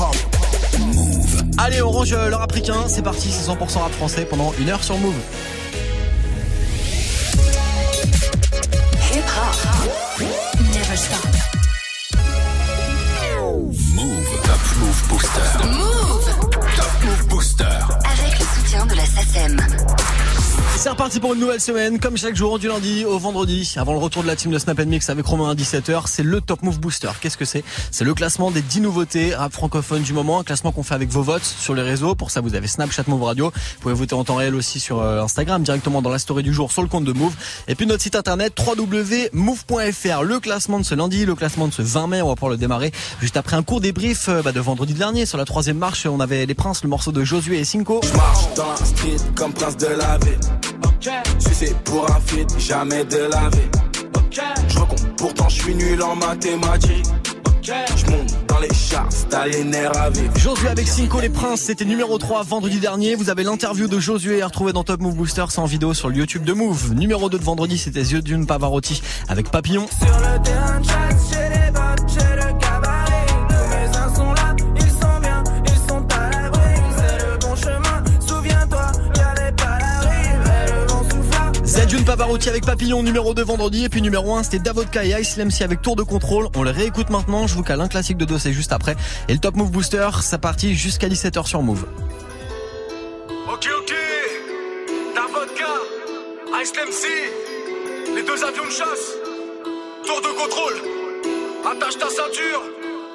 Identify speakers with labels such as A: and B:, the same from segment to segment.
A: Move.
B: Allez, on range le rap ricain, c'est parti, c'est 100% rap français pendant 1 heure sur Move.
C: Hip hop, never stop.
A: Move. Top Move Booster.
C: Move.
A: Top Move Booster.
C: Avec le soutien de la SACEM.
B: C'est reparti pour une nouvelle semaine, comme chaque jour, du lundi au vendredi. Avant le retour de la team de Snap & Mix avec Romain à 17h, c'est le Top Move Booster. Qu'est-ce que c'est ? C'est le classement des 10 nouveautés rap francophones du moment. Un classement qu'on fait avec vos votes sur les réseaux. Pour ça, vous avez Snapchat Move Radio. Vous pouvez voter en temps réel aussi sur Instagram, directement dans la story du jour sur le compte de Move. Et puis notre site internet www.move.fr. Le classement de ce lundi, le classement de ce 20 mai, on va pouvoir le démarrer juste après un court débrief de vendredi dernier. Sur la 3e marche, on avait Les Princes, le morceau de Josué et Cinco.
D: Je marche dans la street comme prince de la ville. C'est pour un feat, jamais de la vie. Je recompte, pourtant je suis nul en mathématiques. Je monte dans les charts, t'as les nerfs à vivre.
B: Josué avec Cinco, Les Princes, c'était numéro 3 vendredi dernier. Vous avez l'interview de Josué à retrouver dans Top Move Booster, c'est en vidéo sur le YouTube de Move. Numéro 2 de vendredi, c'était Zedune Pavarotti avec Papillon.
E: Sur le terrain de chasse, j'ai les bottes, j'ai le cabaret. Tous mes uns sont là, ils sont bien, ils sont à l'abri. C'est le bon chemin, souviens-toi, y'a les palarives et le vent souffla.
B: Zedune Pavarotti avec Papillon, numéro 2 vendredi. Et puis numéro 1, c'était Davodka et Ice MC avec Tour de Contrôle. On le réécoute maintenant, je vous cale un classique de Dossé juste après. Et le Top Move Booster, ça partit jusqu'à 17h sur Move.
F: Ok, Davodka, Ice MC, les 2 avions de chasse, tour de contrôle, attache ta ceinture.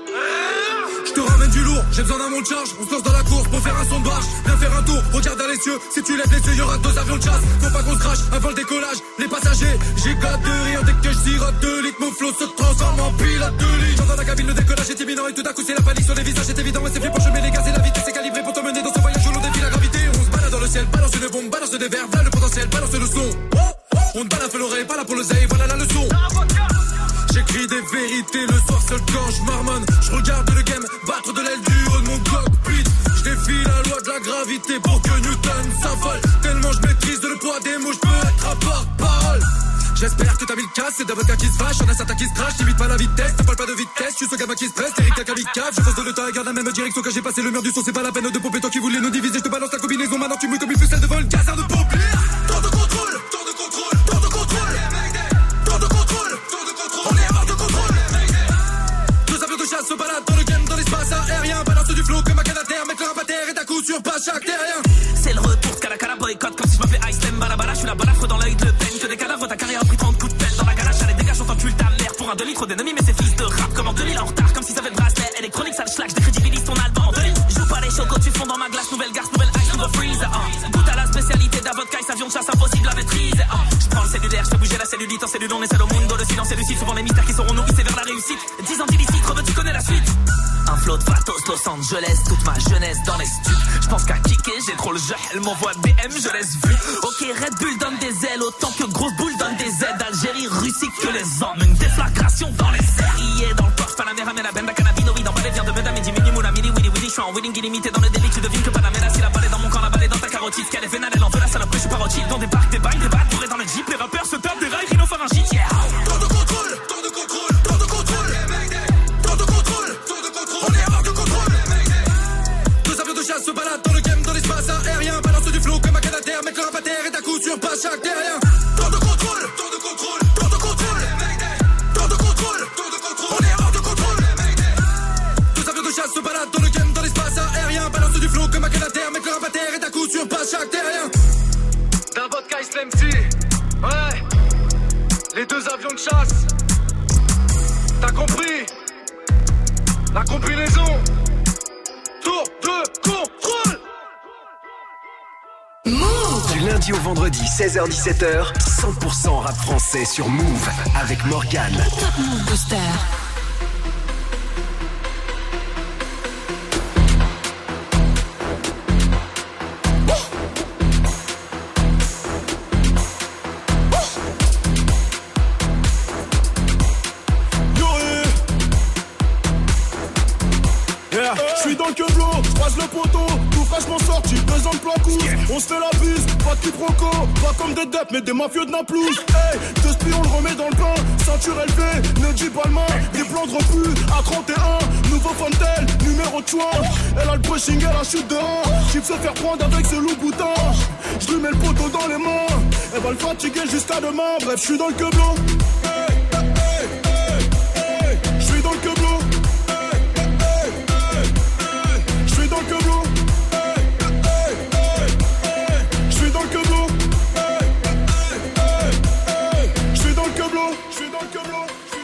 G: Je te ramène du lourd, j'ai besoin d'un monte charge. On se lance dans la course pour faire un son de barge. Viens faire un tour, regarde dans les cieux. Si tu lèves les yeux, y'aura 2 avions de chasse. Faut pas qu'on se crache avant le décollage. Les passagers, j'ai gâte de rire. Dès que je sirote 2 litres, mon flot se transforme en pilote de ligne. J'entends la cabine, le décollage est imminent. Et tout à coup c'est la panique sur les visages, c'est évident. Et c'est flippant, je mets les gaz et la vitesse est calibrée pour t'emmener dans ce voyage où l'on défie la gravité. On se balade dans le ciel, balance une bombe, balance des verres. Voilà le potentiel, balance le son. On ne balade l'oreille, pas là pour le zay, voilà la leçon. J'écris des vérités le soir seul quand je marmonne. Je regarde le game battre de l'aile du haut de mon cockpit. Je défie la loi de la gravité pour que Newton s'affole. Tellement je maîtrise le poids des mots, je peux être à porte-parole. J'espère que t'as mis le casse, c'est d'avocat qui se fâche. Y'en a certains qui se crachent, t'imites pas la vitesse, t'as pas de vitesse. Je suis ce gamin qui se presse, Eric t'as kamikaze. Je fonce dans le tas et garde la même direction que j'ai passé le mur du son. C'est pas la peine de pomper, toi qui voulais nous diviser. Je te balance la combinaison, maintenant tu mouilles comme une ficelle devant le gazard de pompier. Temps de contrôle, temps de contrôle, temps de contrôle. Temps de contrôle, temps de contrôle. On est à bord de contrôle. 2 avions de chasse se baladent dans le game, dans l'espace aérien. Balance du flow comme un canadair, mettre le rap à terre et d'un coup sur pas chaque terrien.
E: C'est le retour de Cala boycott, comme si je m'appelais Ice Lem Balabala. Je suis la balafre dans l'œil de peine. Que des cadavres, ta carrière a pris 30 coups de pelle dans la galache. Allez, dégage, on t'encule ta mère pour un demi-trop d'ennemis. Mais c'est fils de rap comme en 2000 en retard, comme si ça avait le bracelet électronique, ça le schlag. Je décrédibilise ton album en 2000. Joue pas les chocos, tu fonds dans ma glace. Nouvelle garce, nouvelle ice, nouveau freeze. Goûte à la spécialité d'Avodka, Ice avion de chasse, impossible à maîtriser. Je prends le cellulaire, je fais bouger la cellulite. En cellule, on est seul au mundo, le silence et lucide. Souvent les mystères qui seront nourrissés vers la réussite. 10 ans d'illicite, Rebe, tu connais la suite. Un flot de Vatos, Los Angeles, toute ma jeunesse dans les stups. Je pense qu'à kicker, j'ai trop le jeu, elle m'envoie BM, je laisse vu. Ok, Red Bull donne des ailes, autant que Grosse Boule donne des aides. Algérie, Russie, que les hommes, une déflagration dans les airs. Dans le Porsche, Panamera, mais la benda cannabinoïde. Dans les viens de Meda, Midi, Mini, Moula, Midi, Willy, Willy. Je suis en winning illimité dans le délit, tu devines que Panamera, si la balle est dans mon camp, la balle est dans ta carotide. Qu'elle est vénale, elle en veut la salope, je suis parotide. Dans des parcs, des bails, des battes, bourrés dans les jeeps. Les rappeurs se tapent des rails, rhinopharyngite, yeah.
G: Temps de contrôle, temps de contrôle, temps de contrôle. Temps de contrôle, temps de contrôle. On est à bord de contrôle. 2 avions de chasse se baladent dans le game, dans l'espace aérien. Balance du flow comme un canadair, mettre le rap à terre et d'un coup sur pas chaque terrien. Temps de contrôle, temps de contrôle, temps de contrôle. Temps de contrôle, temps de contrôle. On est à bord de contrôle. 2 avions de chasse se baladent dans le game, dans l'espace aérien. Balance du flow comme un canadair, mettre le rap à terre et d'un coup sur pas chaque terrien.
F: Davodka, Ice MC, ouais, les 2 avions de chasse. T'as compris? La combinaison, tour de contrôle.
C: Move.
A: Du lundi au vendredi, 16h-17h, 100% rap français sur Move avec Morgane.
C: Top Move Booster.
G: Je suis dans le queblot, je croise le poteau, tout fraîchement sortis, 2 ans de plan course. On se fait la bise, pas de quiproquo, pas comme des deps, mais des mafieux de Naplouse. Hey, 2 spions, on le remet dans le pain, ceinture élevée, ne dis pas le main. Des plans de refus à 31, nouveau Fontel, numéro de choix. Elle a le brushing, elle a chute de 1. J'y se faire prendre avec ce loup boutin. J'lui mets le poteau dans les mains. Elle va le fatiguer jusqu'à demain. Bref, j'suis dans le queblot. J'suis dans le queblot. J'suis dans le queblot. J'suis dans le queblot. J'suis dans le queblot. J'suis dans le queblot.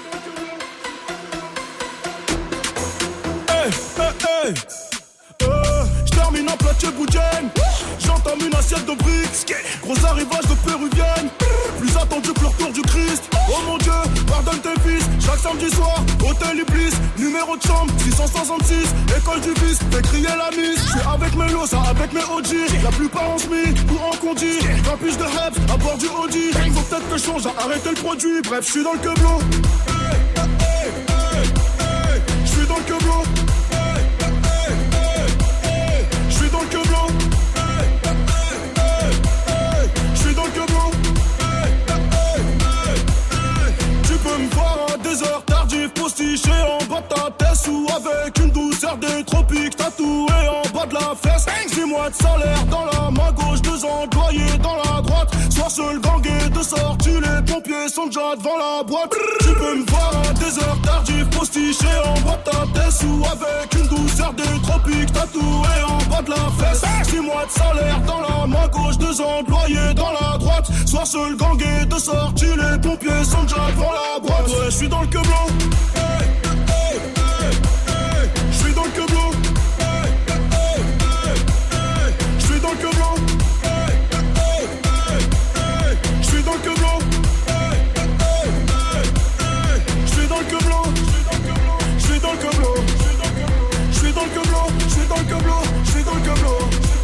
G: J'termine un plat de boudjane. J'entame une assiette de briques. Gros arrivage de péruvienne. Plus attendu que le retour du Christ. Oh mon Dieu, pardonne tes fils. Chaque samedi soir, hôtel Iblis. Numéro de chambre, 666. École du vice, fais crier la mise. J'suis avec mes lots, ça avec mes OG. La plupart en SMI ou en condi. 20 piges de rêve à bord du Audi. Faut peut-être que je change à arrêter le produit. Bref, j'suis dans le queblot. J'suis dans le queblot. J'suis dans le queblot. J'suis dans le queblot. Tu peux me voir à des heures tardives, postiché en bas de ta tête ou avec une douceur des tropiques tatouée en bas de la fesse. 6 mois de salaire dans la main gauche, 2 employés dans la droite. Soir seul gangué de sortie, les pompiers sont déjà devant la boîte. Tu peux me voir à des heures tardives, postiché en bas de ta tête ou avec une douceur des tropiques tatouée en bas de la fesse. 6 mois de salaire dans la main gauche, 2 employés dans la droite. Soir seul gangué de sortie, les pompiers sont déjà devant la boîte. Ouais, j'suis dans le queblot. J'suis dans le queblot. J'suis dans le queblot. J'suis dans le queblot. J'suis dans le queblot. J'suis dans le queblot. J'suis dans le queblot. J'suis dans le queblot. J'suis dans le queblot.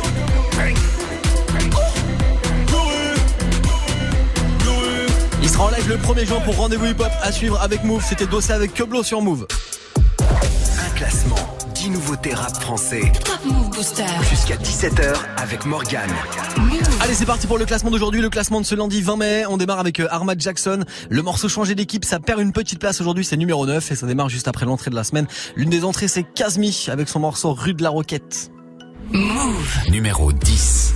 B: Il sera en live le 1er juin pour Rendez-vous Hip Hop à suivre avec Move. C'était Dossé avec Queblot sur Move.
A: Un classement, 10 nouveautés rap français.
C: Top Move Booster.
A: Jusqu'à 17h avec Morgane.
B: Allez, c'est parti pour le classement d'aujourd'hui, le classement de ce lundi 20 mai. On démarre avec Armad Jackson. Le morceau changé d'équipe, ça perd une petite place aujourd'hui, c'est numéro 9 et ça démarre juste après l'entrée de la semaine. L'une des entrées, c'est Kazmi avec son morceau Rue de la Roquette.
C: Move.
A: Numéro 10.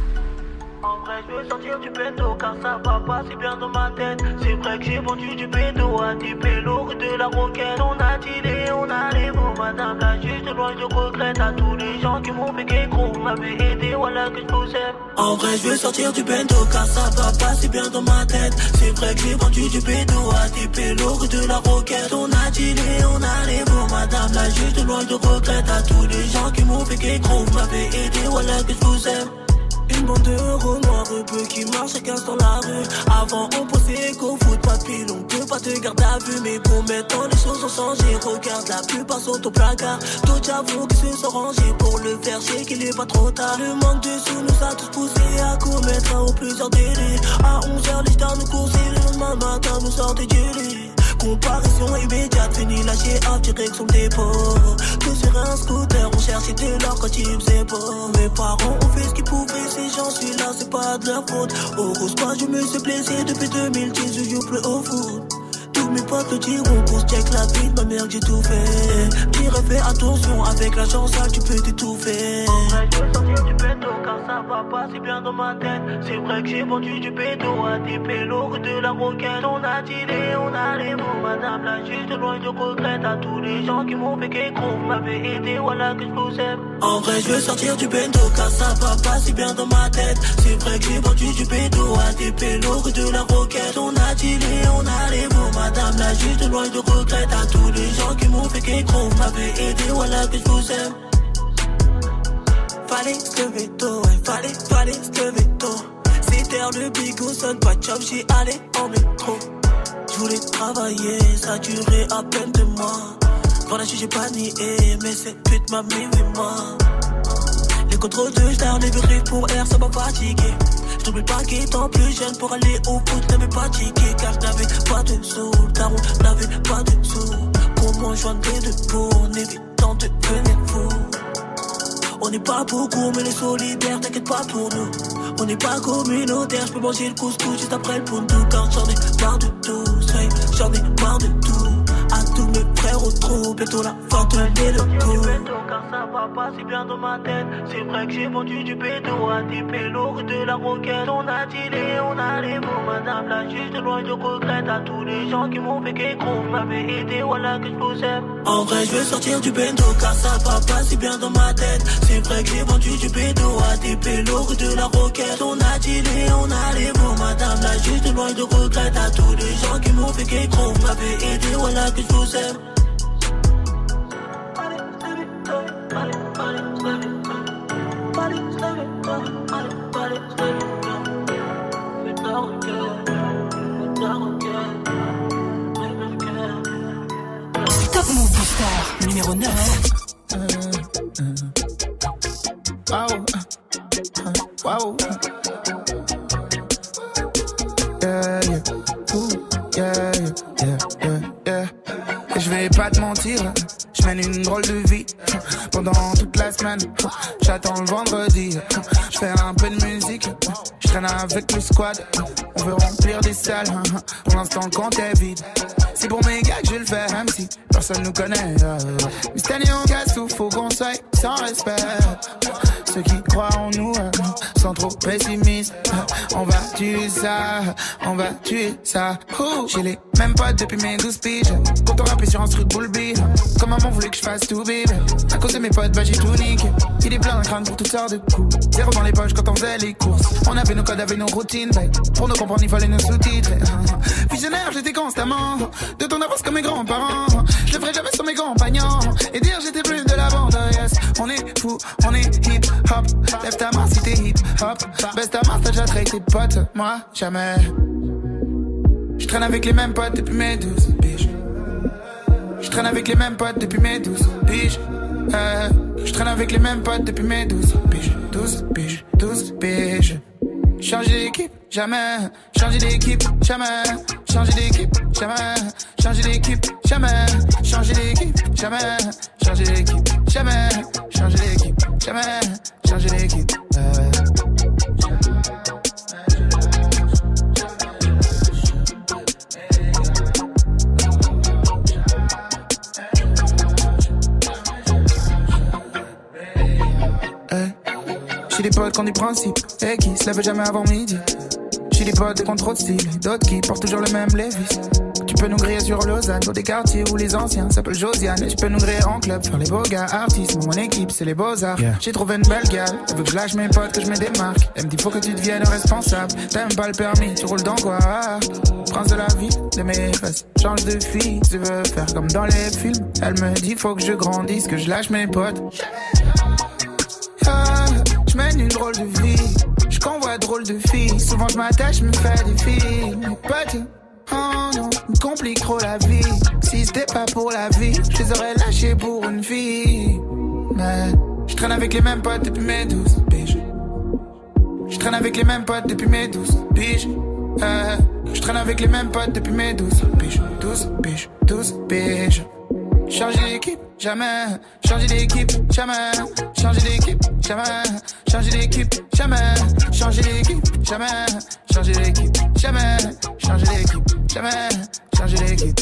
H: En vrai, je veux sortir du bendo car ça va pas si bien dans ma tête. C'est vrai que j'ai vendu du bendo à des pélos rue de la Roquette. On a dealé, on a les mots, madame la juge de loin, je regrette à tous les gens qui m'ont fait qu'écro. Vous m'avez aidé, voilà que je vous aime. En vrai, je veux sortir du bendo car ça va pas si bien dans ma tête. C'est vrai que j'ai vendu du bendo à des pélos rue de la Roquette. On a dealé, on a les mots, madame la juge de loin, je regrette à tous les gens qui m'ont fait qu'écro. Vous m'avez aidé, voilà que je vous aime. Une bande de héros noirs rebeux qui marchent chacun dans la rue. Avant on pensait qu'au foot pas de pile, on peut pas te garder à vue. Mais pour maintenant les choses ont changé. Regarde, la plupart sont au placard. D'autres j'avoue qu'ils se sont rangés pour le faire, je sais qu'il est pas trop tard. Le manque de sous nous a tous poussés à commettre un ou plusieurs délits. À 11h les stars nous coursaient, le lendemain matin nous sortaient du lit. Comparaison immédiate, fini lâché à direction le dépôt. Que sur un scooter, on cherchait de l'or quand il faisait beau. Mes parents ont fait ce qu'ils pouvaient, si j'en suis là, c'est pas de leur faute. Au rose quoi, je me suis blessé depuis 2010, je joue plus au foot. Tous mes potes le diront, qu'on se check la vie de ma mère que j'ai tout fait. J'aurais fait attention, avec la chance sale tu peux t'étouffer. En vrai je veux sortir du béton car ça va pas si bien dans ma tête. C'est vrai que j'ai vendu du béton à des pélos rue de la Roquette. On a dealé, on a les mots, madame la juge de loin je regrette à tous les gens qui m'ont fait qu'écro. Vous m'avez aidé, voilà que je vous aime. En vrai je veux sortir du bendo car ça va pas si bien dans ma tête. C'est vrai que j'ai vendu du bendo à des pélos rue de la Roquette. On a dealé, on a les mots, madame la juge de loin je regrette à tous les gens qui m'ont fait qu'écro. Vous m'avez aidé, voilà que je vous aime. Fallait se lever tôt, ouais, fallait se lever tôt. C'était le bigot, sonne pas de job, j'y allais en métro. Je voulais travailler, ça durait à peine 2 mois. Voilà, j'ai pas nié, mais cette pute m'a mis 8 mois. Les contrôles de star, les vérifies pour air, ça m'a fatigué. Je n'oublie pas qu'étant plus jeune pour aller au foot, n'avais pas tiqué car je n'avais pas de sous. Daron n'avait pas de sous. Comment joindre les deux pour en évitant de devenir fou. On n'est pas beaucoup mais les solidaires, t'inquiète pas pour nous. On n'est pas communautaire, je peux manger le couscous juste après le puntou. Car j'en ai marre de tout, j'en ai marre de tout. À tous mes frères au trou, bientôt la fin de le coup. Car ça va pas si bien dans ma tête. C'est vrai que j'ai vendu du bédo à des pélos rue de la Roquette. On a dealé, on a les mots, madame la juge de loin je regrette. À tous les gens qui m'ont fait qu'écrou, m'avaient aidé, voilà que je vous aime. En vrai je veux sortir du bendo, car ça va pas si bien dans ma tête. C'est vrai que j'ai vendu du bédo à des pélos rue de la Roquette. On a dealé, on a les mots, madame la juge de loin je regrette. À tous les gens qui m'ont fait qu'écrou, m'avaient aidé, voilà que je vous aime.
C: Top Move Booster, numéro 9.
I: Wow. Yeah. Et je vais pas te mentir, je mène une drôle de vie. Pendant toute la semaine, j'attends le vendredi. Je fais un peu de musique, je traîne avec le squad. On veut remplir des salles, pour l'instant le compte est vide. C'est pour mes gars que je vais le faire, même si personne nous connaît. Mais cette année on casse tout, faut qu'on soit sans respect. Ceux qui croient en nous, sont trop pessimistes. On va tuer ça. J'ai les mêmes potes depuis mes 12 piges. Quand on rappait sur un truc boule bille. Comme maman voulait que je fasse tout bébé. À cause de mes potes, bah j'ai tout niqué. Il est plein d'un crâne pour toutes sortes de coups. Zéro dans les poches quand on faisait les courses. On avait nos codes, avait nos routines, babe. Pour nous comprendre, il fallait nous sous-titrer. Visionnaire, j'étais constamment de ton avance comme mes grands-parents. Je le ferai jamais sur mes compagnons. Et dire j'étais plus de la bande, yes. On est fou, on est hip hop. Lève ta main si t'es hip hop. Baisse ta main, t'as déjà traité tes potes. Moi, jamais. Je traîne avec les mêmes potes depuis mes 12 piges. Je traîne avec les mêmes potes depuis mes 12 piges. Je traîne avec les mêmes potes depuis mes 12 piges. 12 piges. Changer d'équipe, jamais. Changer d'équipe, jamais. Changer d'équipe, jamais. Changer d'équipe, jamais. Changer d'équipe, jamais. Changer d'équipe, jamais. Changer d'équipe, jamais. Changer d'équipe. J'ai des potes qui ont du principe et qui se lèvent jamais avant midi. J'ai des potes qui ont trop de style, d'autres qui portent toujours le même Levi's. Tu peux nous griller sur Lausanne, dans des quartiers où les anciens s'appellent Josiane. Et tu peux nous griller en club, faire les beaux gars artistes. Mon équipe c'est les beaux-arts, J'ai trouvé une belle gale, elle veut que je lâche mes potes, que je me démarque. Elle me dit faut que tu deviennes responsable. T'aimes pas le permis, tu roules dans quoi? Prince de la vie, de mes fesses. Change de fille, tu veux faire comme dans les films. Elle me dit faut que je grandisse, que je lâche mes potes. Je mène une drôle de vie, je convois drôle de filles. Souvent je m'attache, me fais des films. Mes potes, oh non, me complique trop la vie. Si c'était pas pour la vie, je les aurais lâchés pour une fille. Mais je traîne avec les mêmes potes depuis mes 12 piges. Je traîne avec les mêmes potes depuis mes 12 piges. Je traîne avec les mêmes potes depuis mes 12 piges. 12 piges. Changer d'équipe, jamais. Changer d'équipe, jamais. Changer d'équipe, jamais. Changer d'équipe, jamais. Changer d'équipe, jamais. Changer d'équipe, jamais. Changer d'équipe, jamais. Changer d'équipe.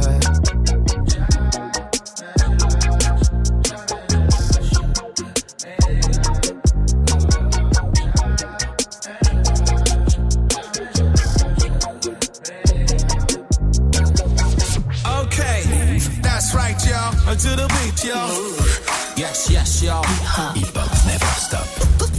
J: That's right, y'all. Until the beat, y'all. Yes, y'all. Hip hop never stop.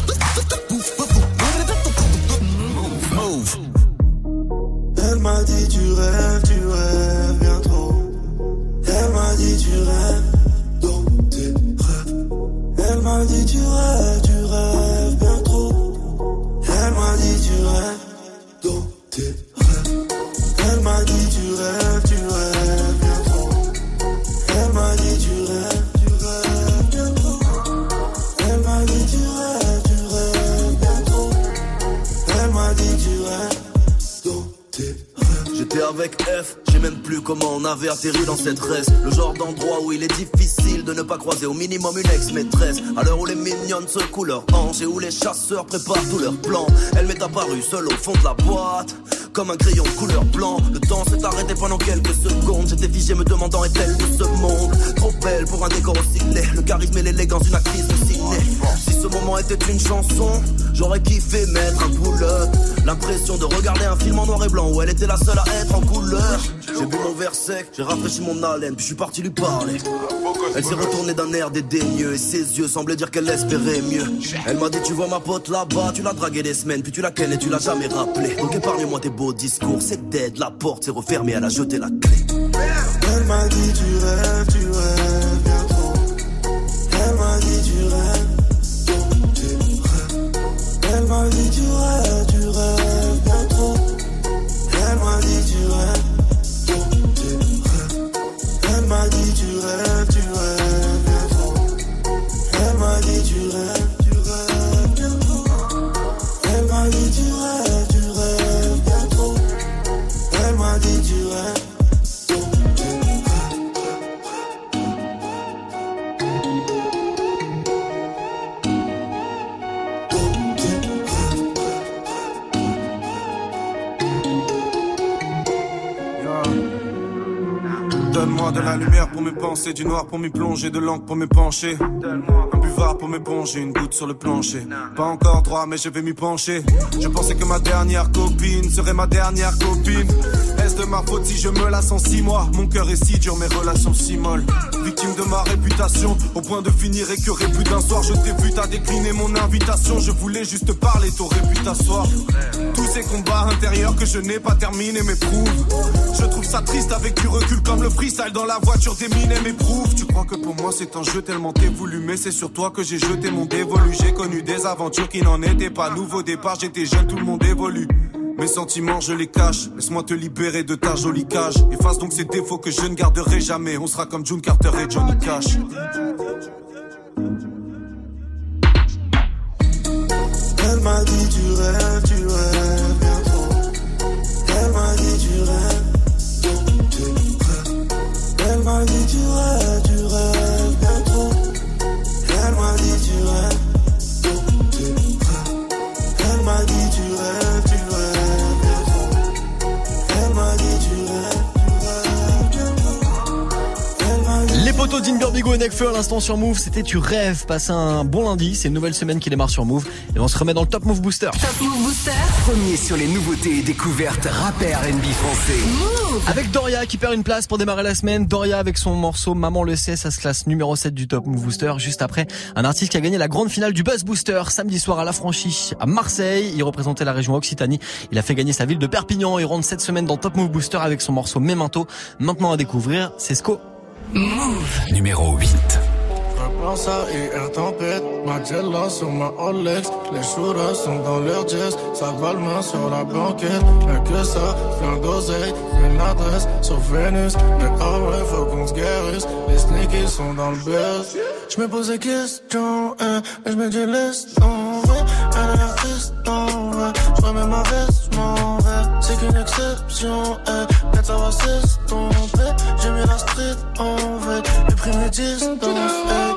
J: Move.
K: Elle m'a dit tu rêves bien trop. Elle m'a dit tu rêves dans tes rêves. Elle m'a dit tu rêves bien trop. Elle m'a dit tu rêves dans tes rêves. Elle m'a dit tu rêves bien trop. Elle m'a dit tu rêves bien trop. Elle m'a dit tu rêves bien trop. Elle m'a dit tu rêves dans tes rêves.
L: J'étais à avec F. J'ai même plus comment on avait atterri dans cette reste. Le genre d'endroit où il est difficile de ne pas croiser au minimum une ex-maîtresse. À l'heure où les mignonnes secouent leurs hanches et où les chasseurs préparent tous leurs plans, elle m'est apparue seule au fond de la boîte, comme un crayon couleur blanc. Le temps s'est arrêté pendant quelques secondes. J'étais figé me demandant est-elle de ce monde? Trop belle pour un décor aussi laid. Le charisme et l'élégance d'une actrice de ciné. Si ce moment était une chanson, j'aurais kiffé mettre un pull-up. L'impression de regarder un film en noir et blanc où elle était la seule à être en couleur. J'ai bu mon verre sec, j'ai rafraîchi mon haleine, puis je suis parti lui parler. Elle s'est retournée d'un air dédaigneux et ses yeux semblaient dire qu'elle espérait mieux. Elle m'a dit tu vois ma pote là-bas, tu l'as draguée des semaines, puis tu la kennes et tu l'as jamais rappelé. Donc épargne-moi tes beaux discours, c'est dead, la porte s'est refermée, elle a jeté la clé.
K: Elle m'a dit tu rêves bien trop. Elle m'a dit tu rêves, elle m'a dit tu rêves bien trop. Elle m'a dit tu rêves, elle m'a dit tu rêves bien trop. Elle m'a dit tu rêves bien trop. Elle m'a dit tu rêves bien trop. Elle m'a dit tu rêves.
M: Donne-moi de la lumière pour mes pensées, du noir pour m'y plonger, de l'encre pour me pencher. Un buvard pour m'éponger, une goutte sur le plancher. Pas encore droit mais je vais m'y pencher. Je pensais que ma dernière copine serait ma dernière copine. Est-ce de ma faute si je me lasse en 6 mois? Mon cœur est si dur, mes relations si molles. Victime de ma réputation, au point de finir écœuré plus d'un soir. Je t'ai vu, t'as décliné mon invitation. Je voulais juste parler, t'aurais pu t'asseoir. Tous ces combats intérieurs que je n'ai pas terminés m'éprouvent. Je trouve ça triste avec du recul comme le freestyle dans la voiture des mines m'éprouve. Tu crois que pour moi c'est un jeu tellement t'es voulu, mais c'est sur toi que j'ai jeté mon dévolu. J'ai connu des aventures qui n'en étaient pas. Nouveau départ, j'étais jeune, tout le monde évolue. Mes sentiments je les cache, laisse-moi te libérer de ta jolie cage. Efface donc ces défauts que je ne garderai jamais. On sera comme June Carter et Johnny Cash.
K: Elle m'a dit tu rêves bien trop. Elle m'a dit tu rêves. Elle m'a dit tu rêves bien trop. Elle m'a dit tu rêves. Elle m'a dit tu rêves bien trop. Elle m'a dit tu rêves bien trop.
B: Les potos d'Inber Bigo et Nekfeu à l'instant sur Move, c'était Tu rêves. Passez un bon lundi, c'est une nouvelle semaine qui démarre sur Move et on se remet dans le Top Move Booster.
C: Top Move Booster.
A: Premier sur les nouveautés et découvertes rappeurs R&B français.
C: Move.
B: Avec Doria qui perd une place pour démarrer la semaine. Doria avec son morceau Maman le sait, ça se classe numéro 7 du Top Move Booster. Juste après, un artiste qui a gagné la grande finale du Buzz Booster samedi soir à la Franchie à Marseille. Il représentait la région Occitanie. Il a fait gagner sa ville de Perpignan et rentre cette semaine dans Top Move Booster avec son morceau Memento. Maintenant à découvrir, c'est Sco.
C: Move.
A: Numéro 8.
N: Pense à IR tempête, ma Jella sur ma Rolex. Les shooters sont dans leur jazz, ça va le main sur la banquette. Rien que ça, plein d'oseille, une adresse sur Vénus. Mais ah ouais, faut qu'on se guérisse, les sneakers sont dans le buzz. Je me pose des questions, mais je me dis laisse tomber. Elle a l'air triste en vrai, je remets ma veste, je m'en vais. C'est qu'une exception, peut-être ça va s'estomper. J'ai mis la street en vrai, j'ai pris mes distances.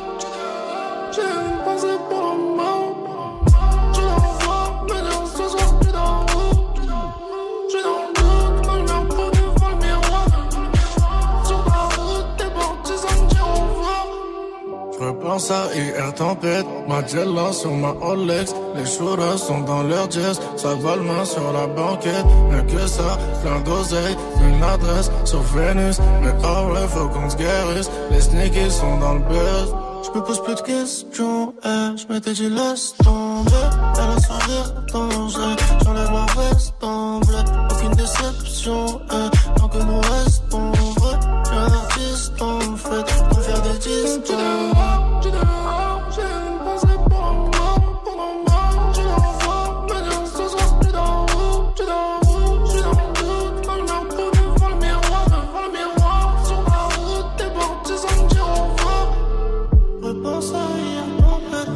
N: J'ai une pensée pour la mort. Tu l'envoies, mais non, ce soir plus d'en haut. Je suis dans le doute, quand je viens pour devant le miroir. Sur ta route, tes partisans me diront au revoir. Je repense à hier tempête, ma Jella sur ma Rolex. Les shooters sont dans leur jazz, ça va le main sur la banquette. Rien que ça, plein d'oseille, une adresse sur Vénus. Mais ah ouais, faut qu'on se guérisse, les sneakers sont dans le buzz. Je me pose plus de questions, je m'étais dit laisse tomber. Elle a son rire dangereux, j'enlève ma veste en bleu. Aucune déception, tant que nous restons vrais. J'ai un artiste en fait, pour faire des distances. J'ai une pensée pour la mort, pour la mort. Tu l'envoies, mais non, ce soir plus d'en haut. Tu d'en haut, je suis dans le doute, quand je viens pour devant le miroir. Sur la route, tes partisans me diront au revoir. Repense à hier tempête,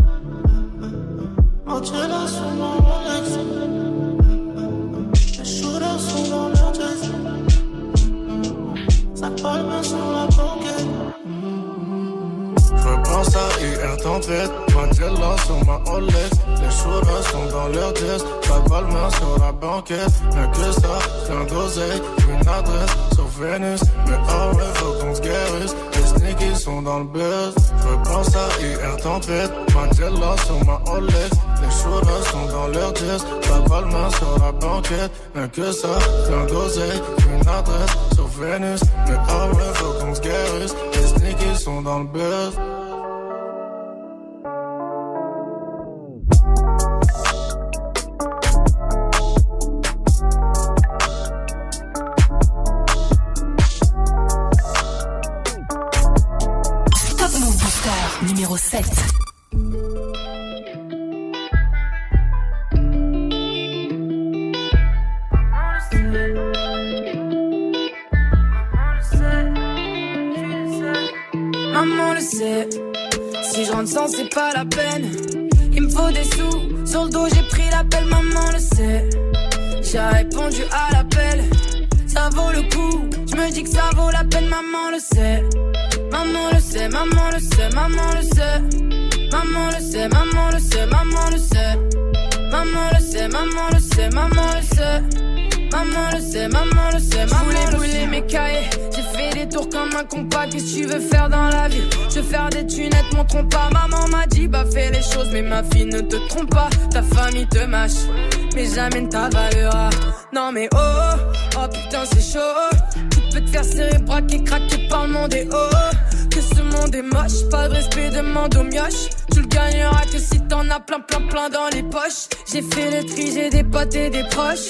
N: ma Jella sur ma Rolex. Les shooters sont dans leur jazz, pense à hier tempête, Mandela sur ma Rolex. Les shooters sont dans leur jazz, pas de main sur la banquette. Rien que ça, plein d'oseille, une adresse sur Vénus. Mais oh ouais, faut qu'on se guérisse, les sneakies sont dans le buzz. Je pense à hier tempête, Mandela sur ma Rolex. Les shooters sont dans leur jazz, pas de main sur la banquette. Rien que ça, plein d'oseille, une adresse sur Vénus. Mais oh ouais, faut qu'on se guérisse, les sneakies sont dans le buzz.
C: Numéro 7.
O: Maman le sait, si je rentre sans c'est pas la peine. Il me faut des sous, sur le dos j'ai pris l'appel, maman le sait. J'ai répondu à l'appel, ça vaut le coup. Je me dis que ça vaut la peine, maman le sait. Maman le sait, maman le sait, maman le sait. Maman le sait, maman le sait, maman le sait. Maman le sait, maman le sait, maman le sait. Maman le sait, maman le sait, maman le sait. Je voulais brûler mes cahiers, j'ai fait des tours comme un compas. Qu'est-ce que tu veux faire dans la vie? Je veux faire des tunettes, mon trompe pas. Maman m'a dit, bah fais les choses, mais ma fille ne te trompe pas. Ta famille te mâche, mais jamais ne t'avalera. Non mais oh, oh putain c'est chaud. Tu peux te faire serrer, braquer, craquer par le monde et oh. Que ce monde est moche, pas de respect, demande aux mioches. Tu le gagneras que si t'en as plein, plein, plein dans les poches. J'ai fait le tri, j'ai des potes et des proches.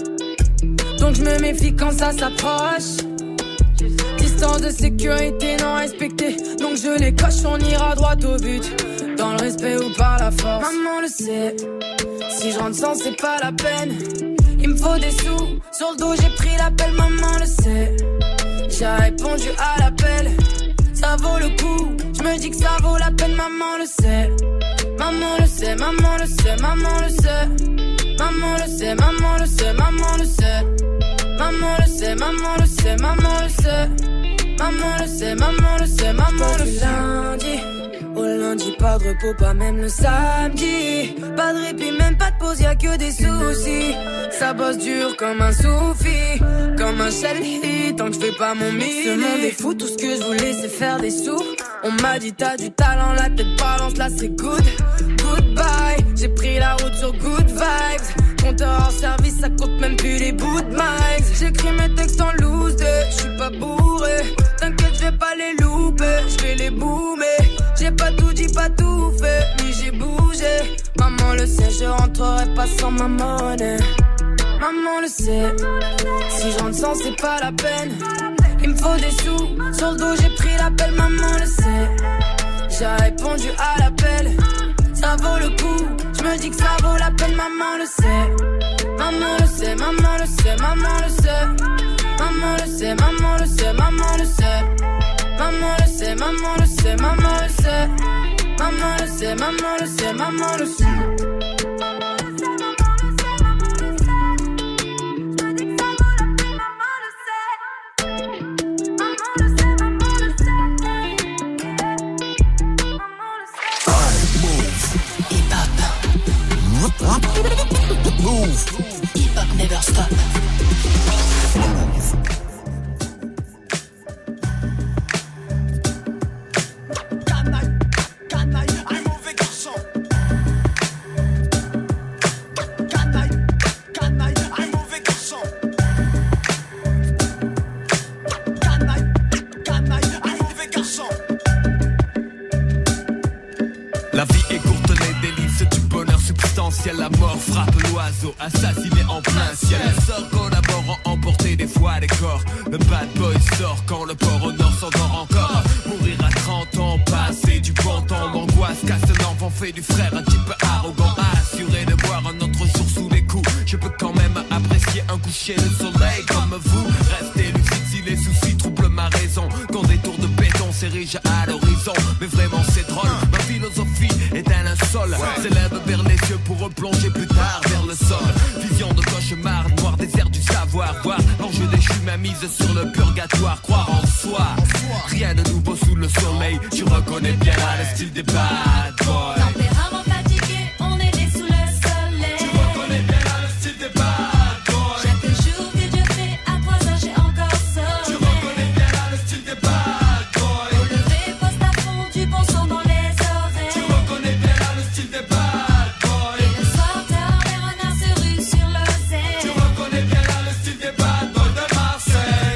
O: Donc je me méfie quand ça s'approche. Distance de sécurité non respectée, donc je les coche, on ira droit au but. Dans le respect ou par la force. Maman le sait, si je rentre sans c'est pas la peine. Il me faut des sous, sur le dos j'ai pris l'appel, maman le sait. J'ai répondu à l'appel, ça vaut le coup. Je me dis que ça vaut la peine, maman le sait. Maman le sait, maman le sait, maman le sait. Maman le sait, maman le sait, maman le sait. Maman le sait, maman le sait, maman le sait. Maman le sait, maman le sait, maman le sait. Lundi au lundi, pas de repos, pas même le samedi. Pas de répit, même pas de pause, y'a que des soucis. Ça bosse dur comme un soufi, comme un Shelly, tant que je fais pas mon midi. Ce monde est fou, tout ce que je voulais c'est faire des sous. On m'a dit t'as du talent, la tête balance, là c'est good. Goodbye, j'ai pris la route sur good vibes. Compteur en service, ça compte même plus les bouts de miles. J'écris mes textes en loose, je suis pas bourré. T'inquiète, je vais pas les louper, je vais les boomer. J'ai pas tout dit, pas tout fait, mais j'ai bougé. Maman le sait, je rentrerai pas sans ma monnaie. Maman le sait, si je rentre sans c'est pas la peine. Il me faut des sous, sur le dos j'ai pris l'appel, maman le sait. J'ai répondu à l'appel, ça vaut le coup. Je me dis que ça vaut la peine, maman le sait. Maman le sait, maman le sait, maman le sait. Maman le sait, maman le sait, maman le sait. Maman le sait, maman le sait, maman le sait. Maman le sait, maman le sait, maman le sait.
C: Move. Hip Hop Never Stop.
P: La vie est courte, les délices du bonheur substantiel. La mort frappe l'oiseau, assassiné en plein ciel. Les sorts collaborent à emporter des fois les corps. Le bad boy sort quand le port au nord s'endort encore. Mourir à 30 ans, passer du bon temps. L'angoisse casse l'enfant, fait du frère un type arrogant. Assuré de voir un autre jour sous les coups. Je peux quand même apprécier un coucher de soleil comme vous. Restez lucide si les soucis troublent ma raison. Quand des tours de béton s'érigent à à l'horizon. Mais vraiment c'est drôle, ma philosophie est un linceul. S'élève vers les cieux pour replonger plus tard vers le sol. Vision de cauchemar, noir désert du savoir. Voir l'enjeu déchu, ma mise sur le purgatoire. Croire en soi, rien de nouveau sous le soleil. Tu reconnais bien le style des bad boys.
Q: Tempérament fatigué, on est né sous le soleil.
P: Tu reconnais bien le style des bad boys.
Q: Chaque jour que Dieu fait, à 3 heures j'ai encore sommeil.
P: Tu reconnais bien le style des bad boys.
Q: Au lever, poste à fond, du bon son dans les oreilles.
P: Tu reconnais bien le style des bad boys.
Q: Et le soir tard, les renards se ruent sur l'oseille.
P: Tu reconnais bien le style des bad boys de Marseille.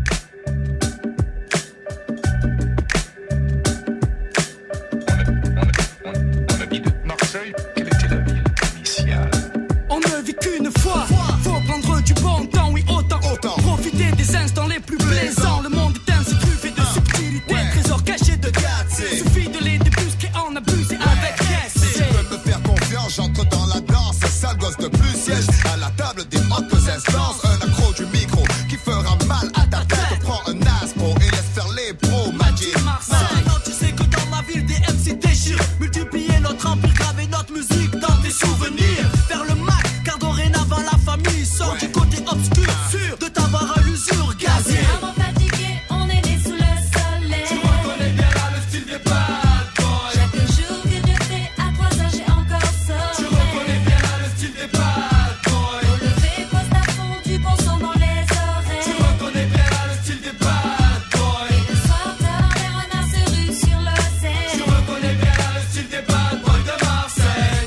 F: On a dit de Marseille, quelle était la ville initiale?
R: On ne vit qu'une fois, faut prendre du bon temps, oui autant. Profiter des instants les plus plaisants. Le monde est ainsi fait de subtilité, trésor caché de gâteaux. Suffit de les débusquer, en abuser avec
S: Si tu peux me faire confiance, j'entre dans la danse. Sale gosse de plus siège à la table des hautes instances. Un accro du micro qui fera mal à ta tête. Prends un aspro et laisse faire les pros. Magic
R: Maintenant tu sais que dans la ville des MC déchirent. Multiplier notre empire, graver notre musique dans tes souvenirs. Faire le max, car dorénavant la famille sort du côté obscur. Sûr de t'avoir à l'usure gazée.
Q: Tempérament fatigué, on est né sous le soleil.
P: Tu reconnais bien le style des bad boys.
Q: Chaque jour que Dieu fait, à 3 heures j'ai encore sommeil.
P: Tu reconnais bien le style des bad boys.
Q: Au lever, poste à fond, du bon son dans les oreilles.
P: Tu reconnais bien le style des bad boys.
Q: Et le soir tard, les renards se ruent sur l'oseille.
P: Tu reconnais bien le style des bad boys de Marseille.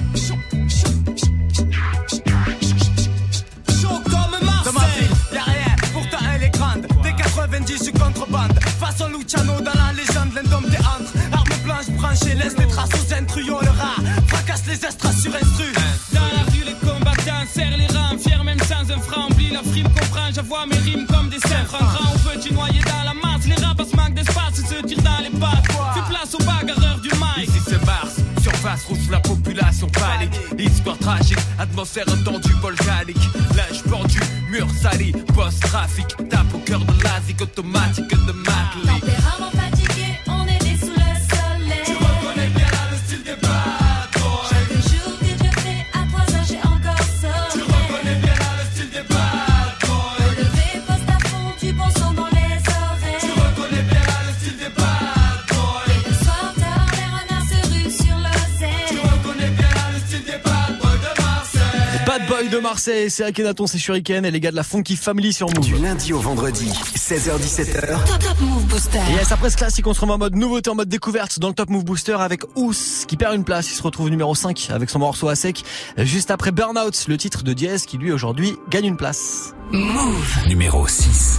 R: Chaud comme Marseille. Dans ma ville, y'a rien, pourtant elle est grande. Des 90 du contrebande. Façon Luciano dans la légende, l'indome des antres. Armes blanches branchées, laisse les traces aux intrus. Le rat fracasse les estras sur instru.
T: Dans la rue, les combattants serrent les rangs, fiers même sans un franc. Oublie la frime, comprends, j'avoue mes rimes comme des seins. Grand ou petit noyé dans la masse, les rapaces manquent d'espace et se tirent dans les pattes. Fais place aux bagarreurs du mic.
P: Ici c'est Mars, surface rouge, la population panique. Histoire tragique, atmosphère tendue volcanique. Linge pendu, mur sali, post-trafic. Tape au cœur de l'Asie, automatique de Macley.
Q: Tempérament fatigué, on est né sous le soleil.
P: Tu reconnais bien le style des bad boys.
Q: Chaque jour que Dieu fait, à 3 heures j'ai encore sommeil.
P: Tu reconnais bien le style des bad boys.
Q: Au lever, poste à fond, du bon son dans les oreilles.
P: Tu reconnais bien le style des bad boys.
Q: Et le soir tard, les renards se ruent sur l'oseille.
P: Tu reconnais bien le style des bad boys de Marseille.
B: Bad Boy de Marseille, c'est Akhenaton, c'est Shuriken et les gars de la Funky Family sur Move.
A: Du lundi au vendredi, 16h-17h.
C: Top Move Booster.
B: Et yes, après ce classique, on se remet en mode nouveauté, en mode découverte dans le Top Move Booster avec Ous qui perd une place. Il se retrouve numéro 5 avec son morceau à sec. Juste après Burnout, le titre de Diez qui lui aujourd'hui gagne une place.
C: Move.
A: Numéro 6.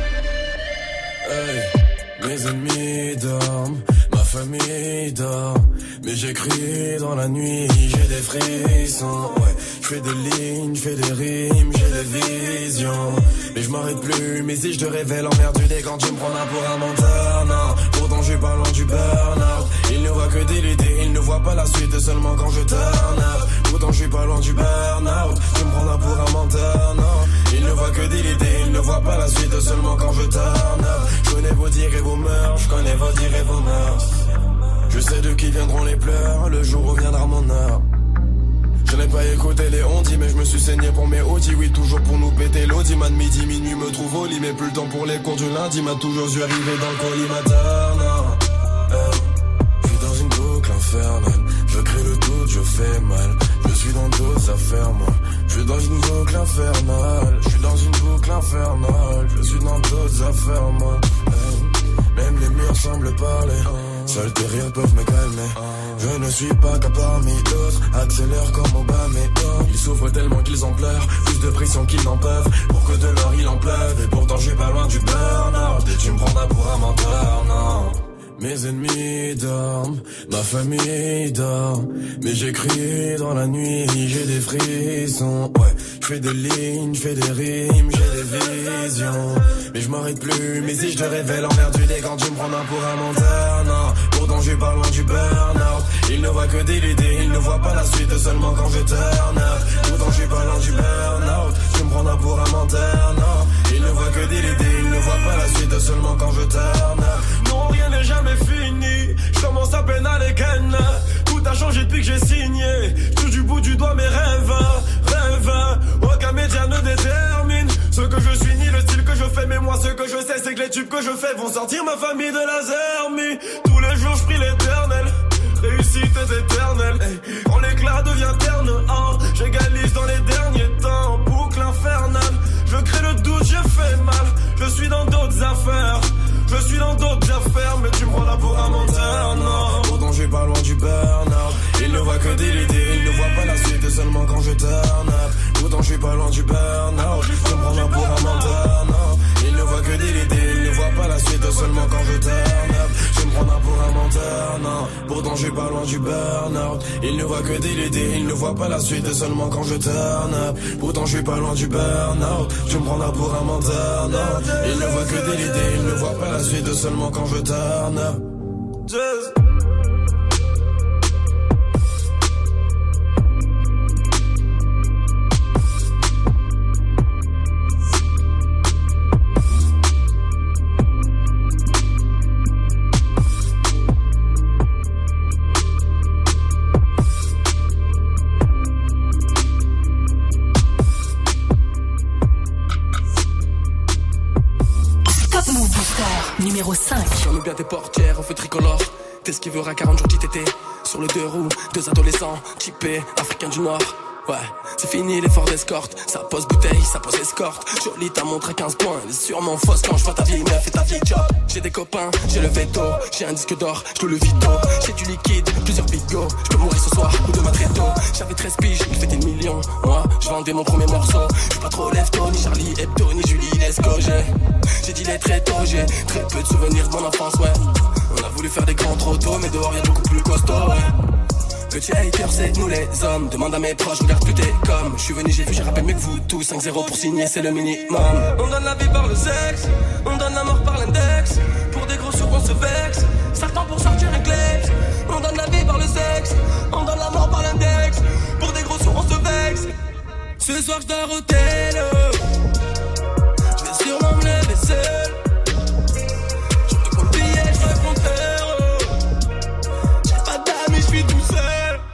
K: Hey, mes ennemis dorment, ma famille dort, mais j'écris dans la nuit, j'ai des frissons, ouais, j'fais des lignes, j'fais des rimes, j'ai des visions, mais je m'arrête plus, mais si je te révèle emmerdé quand tu me prends pour un menteur, non, pourtant je suis pas loin du burn-out, il ne voit que des idées, il ne voit pas la suite seulement quand je turn up, pourtant je suis pas loin du burn-out, tu me prends pour un menteur, non, il ne voit que des idées, il ne voit pas la suite seulement quand je turn up, je connais vos dires et vos mœurs, je connais vos dires et vos mœurs. Je sais de qui viendront les pleurs, le jour où viendra mon heure. Je n'ai pas écouté les ondis, mais je me suis saigné pour mes audis. Oui, toujours pour nous péter l'audi. Man, midi, minuit me trouve au lit, mais plus le temps pour les cours du lundi. M'a toujours dû arriver dans le collimateur, non. Je suis dans une boucle infernale. Je crée le doute, je fais mal. Je suis dans d'autres affaires, moi. Je suis dans une boucle infernale. Je suis dans une boucle infernale. Je suis dans d'autres affaires, moi. Même les murs semblent parler. Seuls tes rires peuvent me calmer. Je ne suis pas qu'à parmi d'autres. Accélère comme Obama et ils souffrent tellement qu'ils en pleurent. Plus de pression qu'ils n'en peuvent. Pour que de l'or il en pleuve. Et pourtant je suis pas loin du burn-out. Et tu me prendras pour un menteur, non. Mes ennemis dorment, ma famille dort, mais j'écris dans la nuit, j'ai des frissons, ouais, j'fais des lignes, j'fais des rimes, j'ai des visions, mais je m'arrête plus, mais si je te révèle emmerdé quand tu me prends pour un menteur, non, pourtant je suis pas loin du burn-out, il ne voit que des idées, il ne voit pas la suite seulement quand je turn up, pourtant je suis pas loin du burn-out, tu me prends pour un menteur, non,
D: Il ne voit que des idées, il ne voit pas la suite seulement quand je turn.
U: Non, rien n'est jamais fini. Je commence à peine à les ken. Tout a changé depuis que j'ai signé. Je touche du bout du doigt mes rêves. Aucun média ne détermine ce que je suis ni le style que je fais. Mais moi ce que je sais c'est que les tubes que je fais vont sortir ma famille de la zermie. Tous les jours je prie l'éternel. Réussite est éternelle. Quand l'éclat devient terne, j'égalise dans les derniers temps. Boucle infernale. Je crée le doute, j'ai fait mal. Je suis dans d'autres affaires. Mais tu me prends là pour un menteur, non.
D: Pourtant je suis pas loin du burn-out. Il ne voit que des idées, il ne voit pas la suite seulement quand je turn up. Pourtant je suis pas loin du burn-out. Tu me prends là pour un menteur, non. Il ne voit que des idées, il ne voit pas la suite seulement quand je turn up. Je me prends là pour un menteur, non. Pourtant je suis pas loin du burn-out. Il ne voit que des idées, il ne voit pas la suite seulement quand je turn up. Pourtant je suis pas loin du burn-out. Tu me prends là pour un menteur, non. Il ne voit que des idées, il ne voit pas la suite seulement quand je turn up.
U: Just
C: Numéro 5.
V: Ferme bien tes portières au feu tricolore. T'esquiveras à 40 jours d'ITT. Sur le 2 roues, 2 adolescents typés, africains du Nord. Ouais, c'est fini l'effort d'escorte. Ça pose bouteille, ça pose escorte. Jolie ta montre à 15 points. Elle est sûrement fausse quand je vois ta vieille meuf et ta vieille job. J'ai des copains, j'ai le veto. J'ai un disque d'or, je le vito. J'ai du liquide, plusieurs bigots. Je peux mourir ce soir ou demain très tôt. J'avais 13 piges, je fêtais le million. Moi, je vendais mon premier morceau. Je suis pas trop lève-tôt, ni Charlie Hebdo, ni Julie Lescaut. J'ai dit les très tôt, j'ai très peu de souvenirs de mon enfance, ouais. On a voulu faire des grands trop tôt, mais dehors y'a beaucoup plus costaud, ouais. Petit hater, c'est nous les hommes. Demande à mes proches, regarde plus tes comme. Je suis venu, j'ai vu, j'ai rappelé mieux que vous tous. 5-0 pour signer, c'est le minimum.
U: On donne la vie par le sexe, on donne la mort par l'index. Pour des gros sous on se vexe, certains pour sortir un kleps. On donne la vie par le sexe, on donne la mort par l'index. Pour des gros sous on se vexe. Ce soir je dors au tel. Je vais sûrement me lever seul. Je reprends le billet, je reprends l'heure. J'ai pas d'amis, je suis tout seul.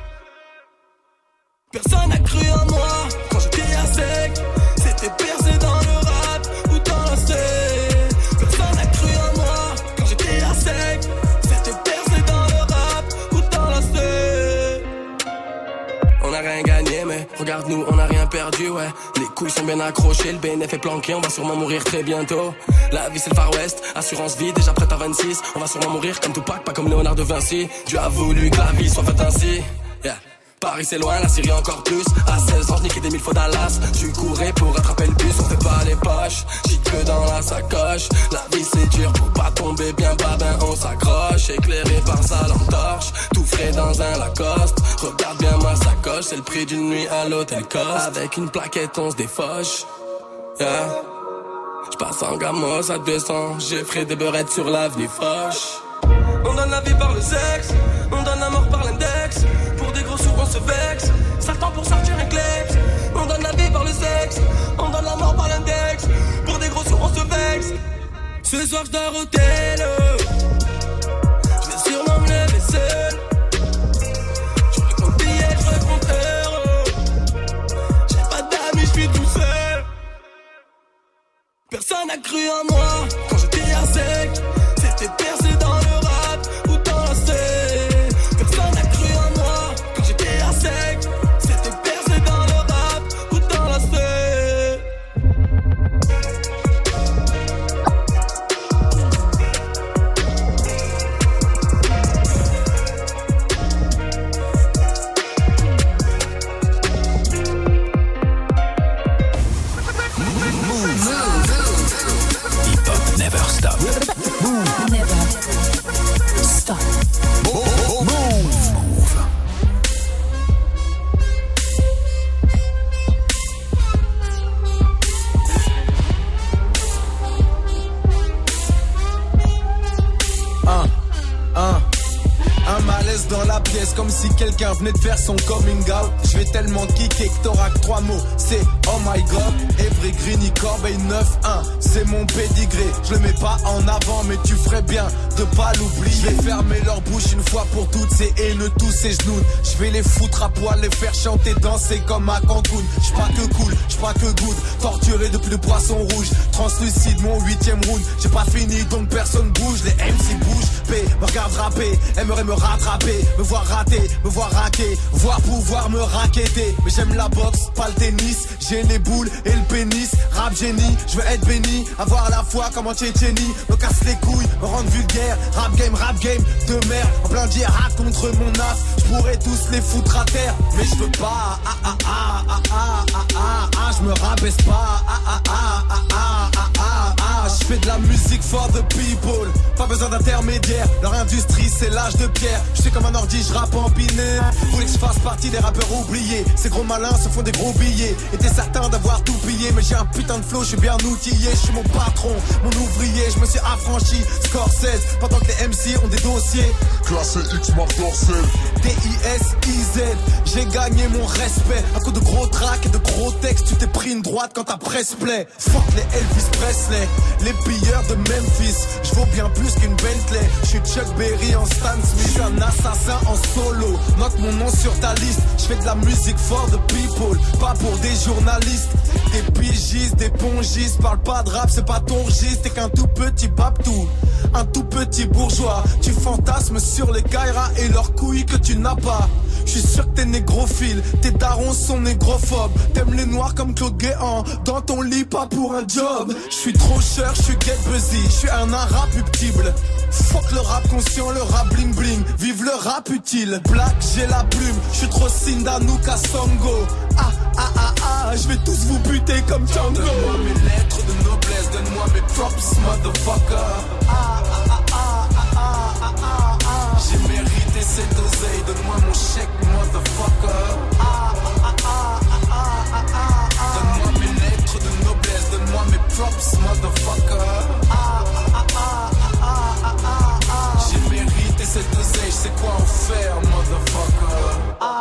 U: Personne n'a cru en moi quand j'étais à sec. C'était percé dans le rap ou dans la scène. Personne n'a cru en moi quand j'étais à sec. C'était percé dans le rap ou dans la scène.
V: On a rien gagné mais regarde-nous, on a rien perdu, ouais. Les couilles sont bien accrochées, le BNF est planqué. On va sûrement mourir très bientôt. La vie c'est le Far West, assurance vie déjà prête à 26. On va sûrement mourir comme Tupac, pas comme Léonard de Vinci. Dieu a voulu que la vie soit faite ainsi, yeah. Paris c'est loin, la Syrie encore plus. À 16 ans, je niquais des 1000 fois Dallas. Tu courais pour rattraper le bus, on fait pas les poches. J'y que dans la sacoche. La vie c'est dur, pour pas tomber bien bas, ben on s'accroche. Éclairé par sa lampe torche, tout frais dans un Lacoste. Regarde bien ma sacoche, c'est le prix d'une nuit à l'hôtel Coste. Avec une plaquette on se défoche, yeah. J'passe en gamos à 200, j'ai frais des beurrettes sur l'avenue Foch.
U: On donne la vie par le sexe, on donne la mort par l'index. Pour des gros sous on se vexe, certains pour sortir un kleps. On donne la vie par le sexe, on donne la mort par l'index. Pour des gros sous on se vexe. Ce soir je dors au tel. Je vais sûrement me lever seul. Je reprends le billet, je reprends l'heure. J'ai pas d'amis, je suis tout seul. Personne n'a cru en moi quand j'étais à sec. C'était percé dans le rap ou dans la scène. Personne n'a cru en moi quand j'étais à sec. C'était percé dans le rap ou dans la scène.
M: silence dans la pièce comme si quelqu'un venait de faire son coming out. Je vais tellement kicker que t'auras que 3 mots, c'est oh my god. Every Greeny Corbeil 9-1, c'est mon pédigré. Je le mets pas en avant mais tu ferais bien de pas l'oublier. Je vais fermer leur bouche une fois pour toutes, ces haineux tous ces genoux. Je vais les foutre à poil, les faire chanter, danser comme à Cancun. J'suis pas que cool, j'suis pas que good, torturé depuis le poisson rouge. Translucide mon 8ème round, j'ai pas fini donc personne bouge. Les MC bougent, P me regarde rapper, aimerait me rattraper, me voir rater, me voir raquer, voir pouvoir me raqueter. Mais j'aime la boxe, pas le tennis, j'ai les boules et le pénis. Rap génie, je veux être béni, avoir la foi comme en Tchétchénie. Me casse les couilles, me rendre vulgaire, rap game de merde. En plein djihad contre mon as, je pourrais tous les foutre à terre. Mais je veux pas, je me rabaisse pas, je fais de la musique for the people, pas besoin d'intermédiaire. Leur industrie c'est l'âge de pierre. Je suis comme un ordi, je rappe en binaire. Voulez que je fasse partie des rappeurs oubliés. Ces gros malins se font des gros billets. Était certain d'avoir tout pillé, mais j'ai un putain de flow, je suis bien outillé. Je suis mon patron, mon ouvrier, je me suis affranchi. Score 16, pendant que les MC ont des dossiers.
E: Classé X marque Dorsel.
M: D-I-S-I-Z, j'ai gagné mon respect. À coup de gros tracks et de gros textes, tu t'es pris une droite quand ta presse play. Fuck les Elvis Presley, les pilleurs de Memphis. Je vaux bien plus qu'une Bentley. Je suis Chuck Berry en Stan Smith. Je suis un assassin en solo. Note mon nom sur ta liste. Je fais de la musique for the people, pas pour des journalistes. Des pigistes, des pongistes. Parle pas de rap, c'est pas ton registre. T'es qu'un tout petit babtou, un tout petit bourgeois. Tu fantasmes sur les Kaira et leurs couilles que tu n'as pas. Je suis sûr que t'es négrophile, tes darons sont négrophobes. T'aimes les noirs comme Claude Guéant, dans ton lit pas pour un job. Je suis trop cher, je suis get busy, je suis un irrapuptible. Fuck le rap conscient, le rap bling bling, vive le rap utile. Black, j'ai la plume, je suis trop Sindanouka Songo. Je vais tous vous buter comme Django. Donne-moi mes lettres de noblesse, donne-moi mes props, motherfucker. J'ai mérité cette oseille, donne-moi mon chèque, motherfucker. Donne-moi mes lettres de noblesse, donne-moi mes props, motherfucker. J'ai mérité cette oseille, je sais quoi en faire, motherfucker.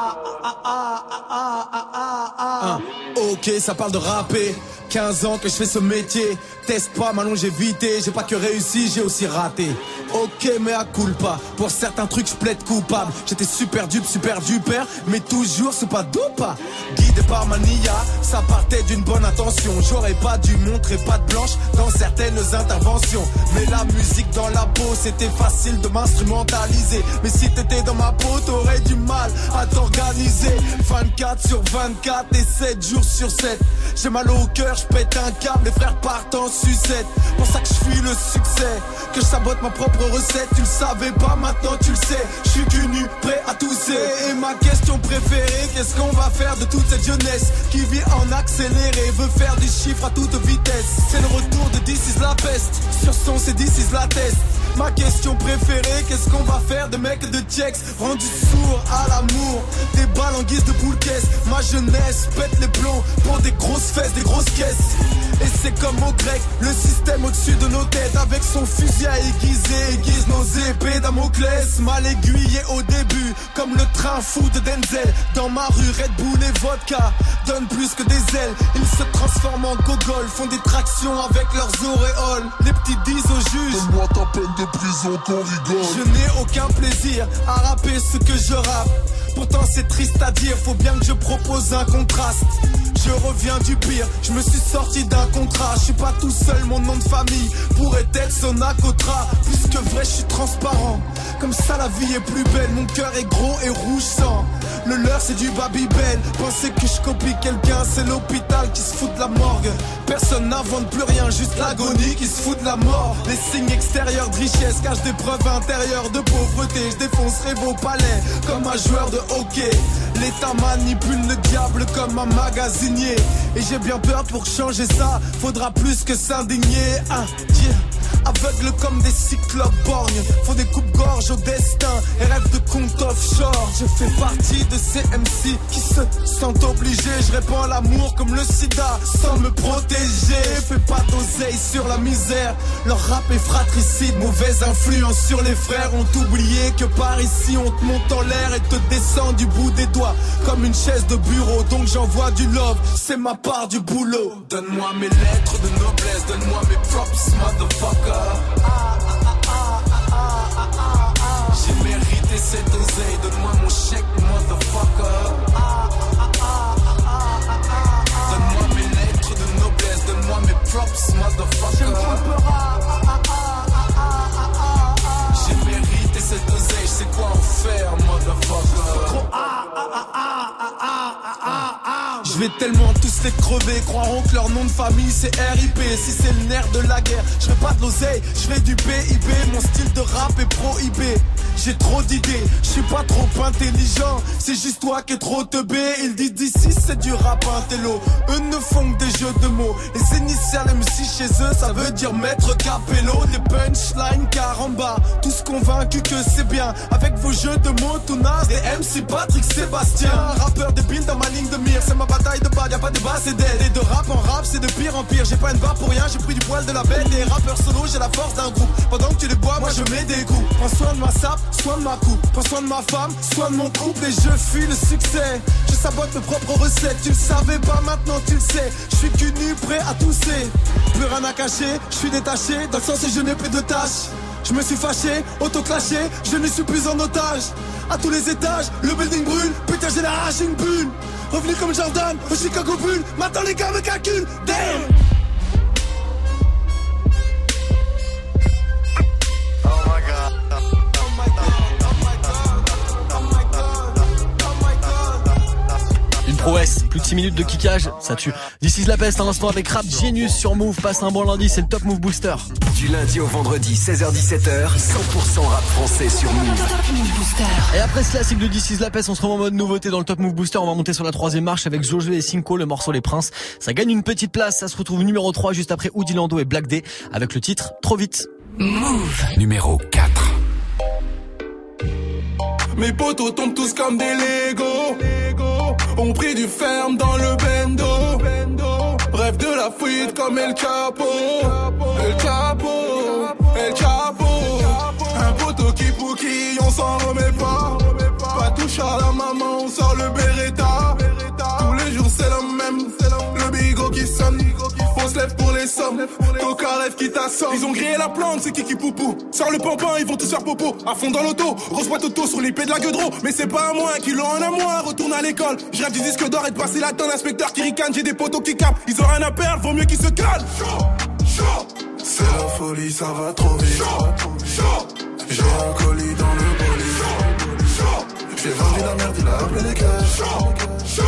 M: Ok, ça parle de rapper. 15 ans que je fais ce métier. Teste pas ma longévité. J'ai pas que réussi, j'ai aussi raté. Ok, mais à culpa. Pour certains trucs, je plaide coupable. J'étais super dupe, mais toujours c'est pas dopa. Guidé par mania, ça partait d'une bonne intention. J'aurais pas dû montrer patte blanche dans certaines interventions. Mais la musique dans la peau, c'était facile de m'instrumentaliser. Mais si t'étais dans ma peau, t'aurais du mal à t'organiser. 24 sur 24 et 7 jours sur 7. J'ai mal au cœur, je pète un câble, les frères partent en sucette. Pour ça que je fuis le succès, que je sabote ma propre recette. Tu le savais pas, maintenant tu le sais. Je suis cul nu, prêt à tousser. Et ma question préférée, qu'est-ce qu'on va faire de toute cette jeunesse qui vit en accéléré, veut faire des chiffres à toute vitesse. C'est le retour de This is la peste. Sur son c'est This is la test. Ma question préférée, qu'est-ce qu'on va faire de mecs de Tchex rendus sourds à l'amour, des balles en guise de boule caisse. Ma jeunesse pète les plombs pour des grosses fesses, des grosses caisses. Et c'est comme au grec, le système au-dessus de nos têtes. Avec son fusil à aiguise nos épées Damoclès. Mal aiguillé au début, comme le train fou de Denzel. Dans ma rue, Red Bull et vodka donnent plus que des ailes. Ils se transforment en gogol, font des tractions avec leurs auréoles. Les petits disent au juge,
E: donne-moi ta peine de prison qu'on rigole.
M: Je n'ai aucun plaisir à rapper ce que je rappe. Pourtant c'est triste à dire, faut bien que je propose un contraste. Je reviens du pire, je me suis sorti d'un contrat. Je suis pas tout seul, mon nom de famille pourrait être Sonacotra. Plus que vrai, je suis transparent. Comme ça la vie est plus belle, mon cœur est gros et rouge sang. Le leur c'est du Babybel. Penser que je copie quelqu'un, c'est l'hôpital qui se fout de la morgue. Personne n'invente plus rien, juste l'agonie qui se fout de la mort. Les signes extérieurs de richesse cachent des preuves intérieures de pauvreté. Je défoncerai vos palais comme un joueur de hockey. L'État manipule le diable comme un magasinier. Et j'ai bien peur pour changer ça, faudra plus que s'indigner.
G: aveugles comme des cyclopes borgnes, font des coupes-gorges au destin et rêvent de compte offshore. Je fais partie de ces MC qui se sentent obligés. Je répands à l'amour comme le sida sans me protéger. Fais pas d'oseille sur la misère, leur rap est fratricide. Mauvaise influence sur les frères, ont oublié que par ici on te monte en l'air et te descend du bout des doigts comme une chaise de bureau. Donc j'envoie du love, c'est ma part du boulot. Donne-moi mes lettres de noblesse, donne-moi mes props, motherfucker. J'ai mérité cette oseille, donne-moi mon chèque, motherfucker. Donne-moi mes lettres de noblesse, donne-moi mes props, motherfucker. J'ai mérité cette oseille, je sais quoi en faire, motherfucker. Je vais tellement tous les crever, croiront que leur nom de famille c'est RIP. Si c'est le nerf de la guerre, je fais pas de l'oseille, je fais du PIB. Mon style de rap est prohibé, j'ai trop d'idées, je suis pas trop intelligent. C'est juste toi qui es trop teubé. Ils disent d'ici c'est du rap intello, eux ne font que des jeux de mots. Les initiales MC chez eux ça veut dire maître Capello. Des punchlines caramba, tous convaincus que c'est bien. Avec vos jeux de mots tout naze, des MC Patrick Sébastien. Un rappeur débile dans ma ligne de mire, c'est ma bataille de bad, y'a pas de débat, c'est dead. Et de rap en rap, c'est de pire en pire. J'ai pas une barre pour rien, j'ai pris du poil de la bête. Et rappeur solo, j'ai la force d'un groupe. Pendant que tu les bois, moi je mets des coups. Prends soin de ma sape, soin de ma coupe. Prends soin de ma femme, soin de mon couple. Et je fuis le succès, je sabote mes propres recettes. Tu le savais pas, maintenant tu le sais. Je suis cul nu, prêt à tousser. Plus rien à cacher, je suis détaché. Dans le sens où je n'ai plus de tâches. Je me suis fâché, auto-clashé, je ne suis plus en otage. À tous les étages, le building brûle. Putain j'ai la rage, une bulle. Revenu comme Jordan, au Chicago Bull. Maintenant les gars me calculent, damn.
B: Prouesse, plus de 6 minutes de kickage, ça tue. This is la peste, un instant avec Rap Genius sur Move. Passe un bon lundi, c'est le Top Move Booster.
A: Du lundi au vendredi, 16h-17h, 100% rap français sur Move.
B: Et après ce classique de This is la peste, on se remet en mode nouveauté dans le Top Move Booster. On va monter sur la 3e marche avec Jojo et Cinco, le morceau Les Princes. Ça gagne une petite place, ça se retrouve numéro 3 juste après Oudi Lando et Black D avec le titre Trop vite.
A: Move numéro 4.
G: Mes potos tombent tous comme des Legos. On pris du ferme dans le bendo. Rêve de la fuite comme El Capo. El Capo, El Capo. Un poteau qui pouquille, on s'en remet pas. Pas touche à la maman, on sort le Beretta. Tous les jours c'est le même, le bigot qui sonne. On se lève pour les sommes, Coca rêve qui t'assomme. Ils ont grillé la plante, c'est Kiki Poupou. Sors le pampin, ils vont tous faire popo. À fond dans l'auto, grosse boîte auto sur l'épée de la gueudreau. Mais c'est pas à moi, un kilo en un mois, retourne à l'école. Je rêve du disque d'or et de passer la tonne. Inspecteur qui ricane, j'ai des potos qui capent. Ils ont rien à perdre, vaut mieux qu'ils se calment. C'est la folie, ça va trop vite. J'ai un colis dans le bolide. J'ai vendu la merde, il a appelé les cash.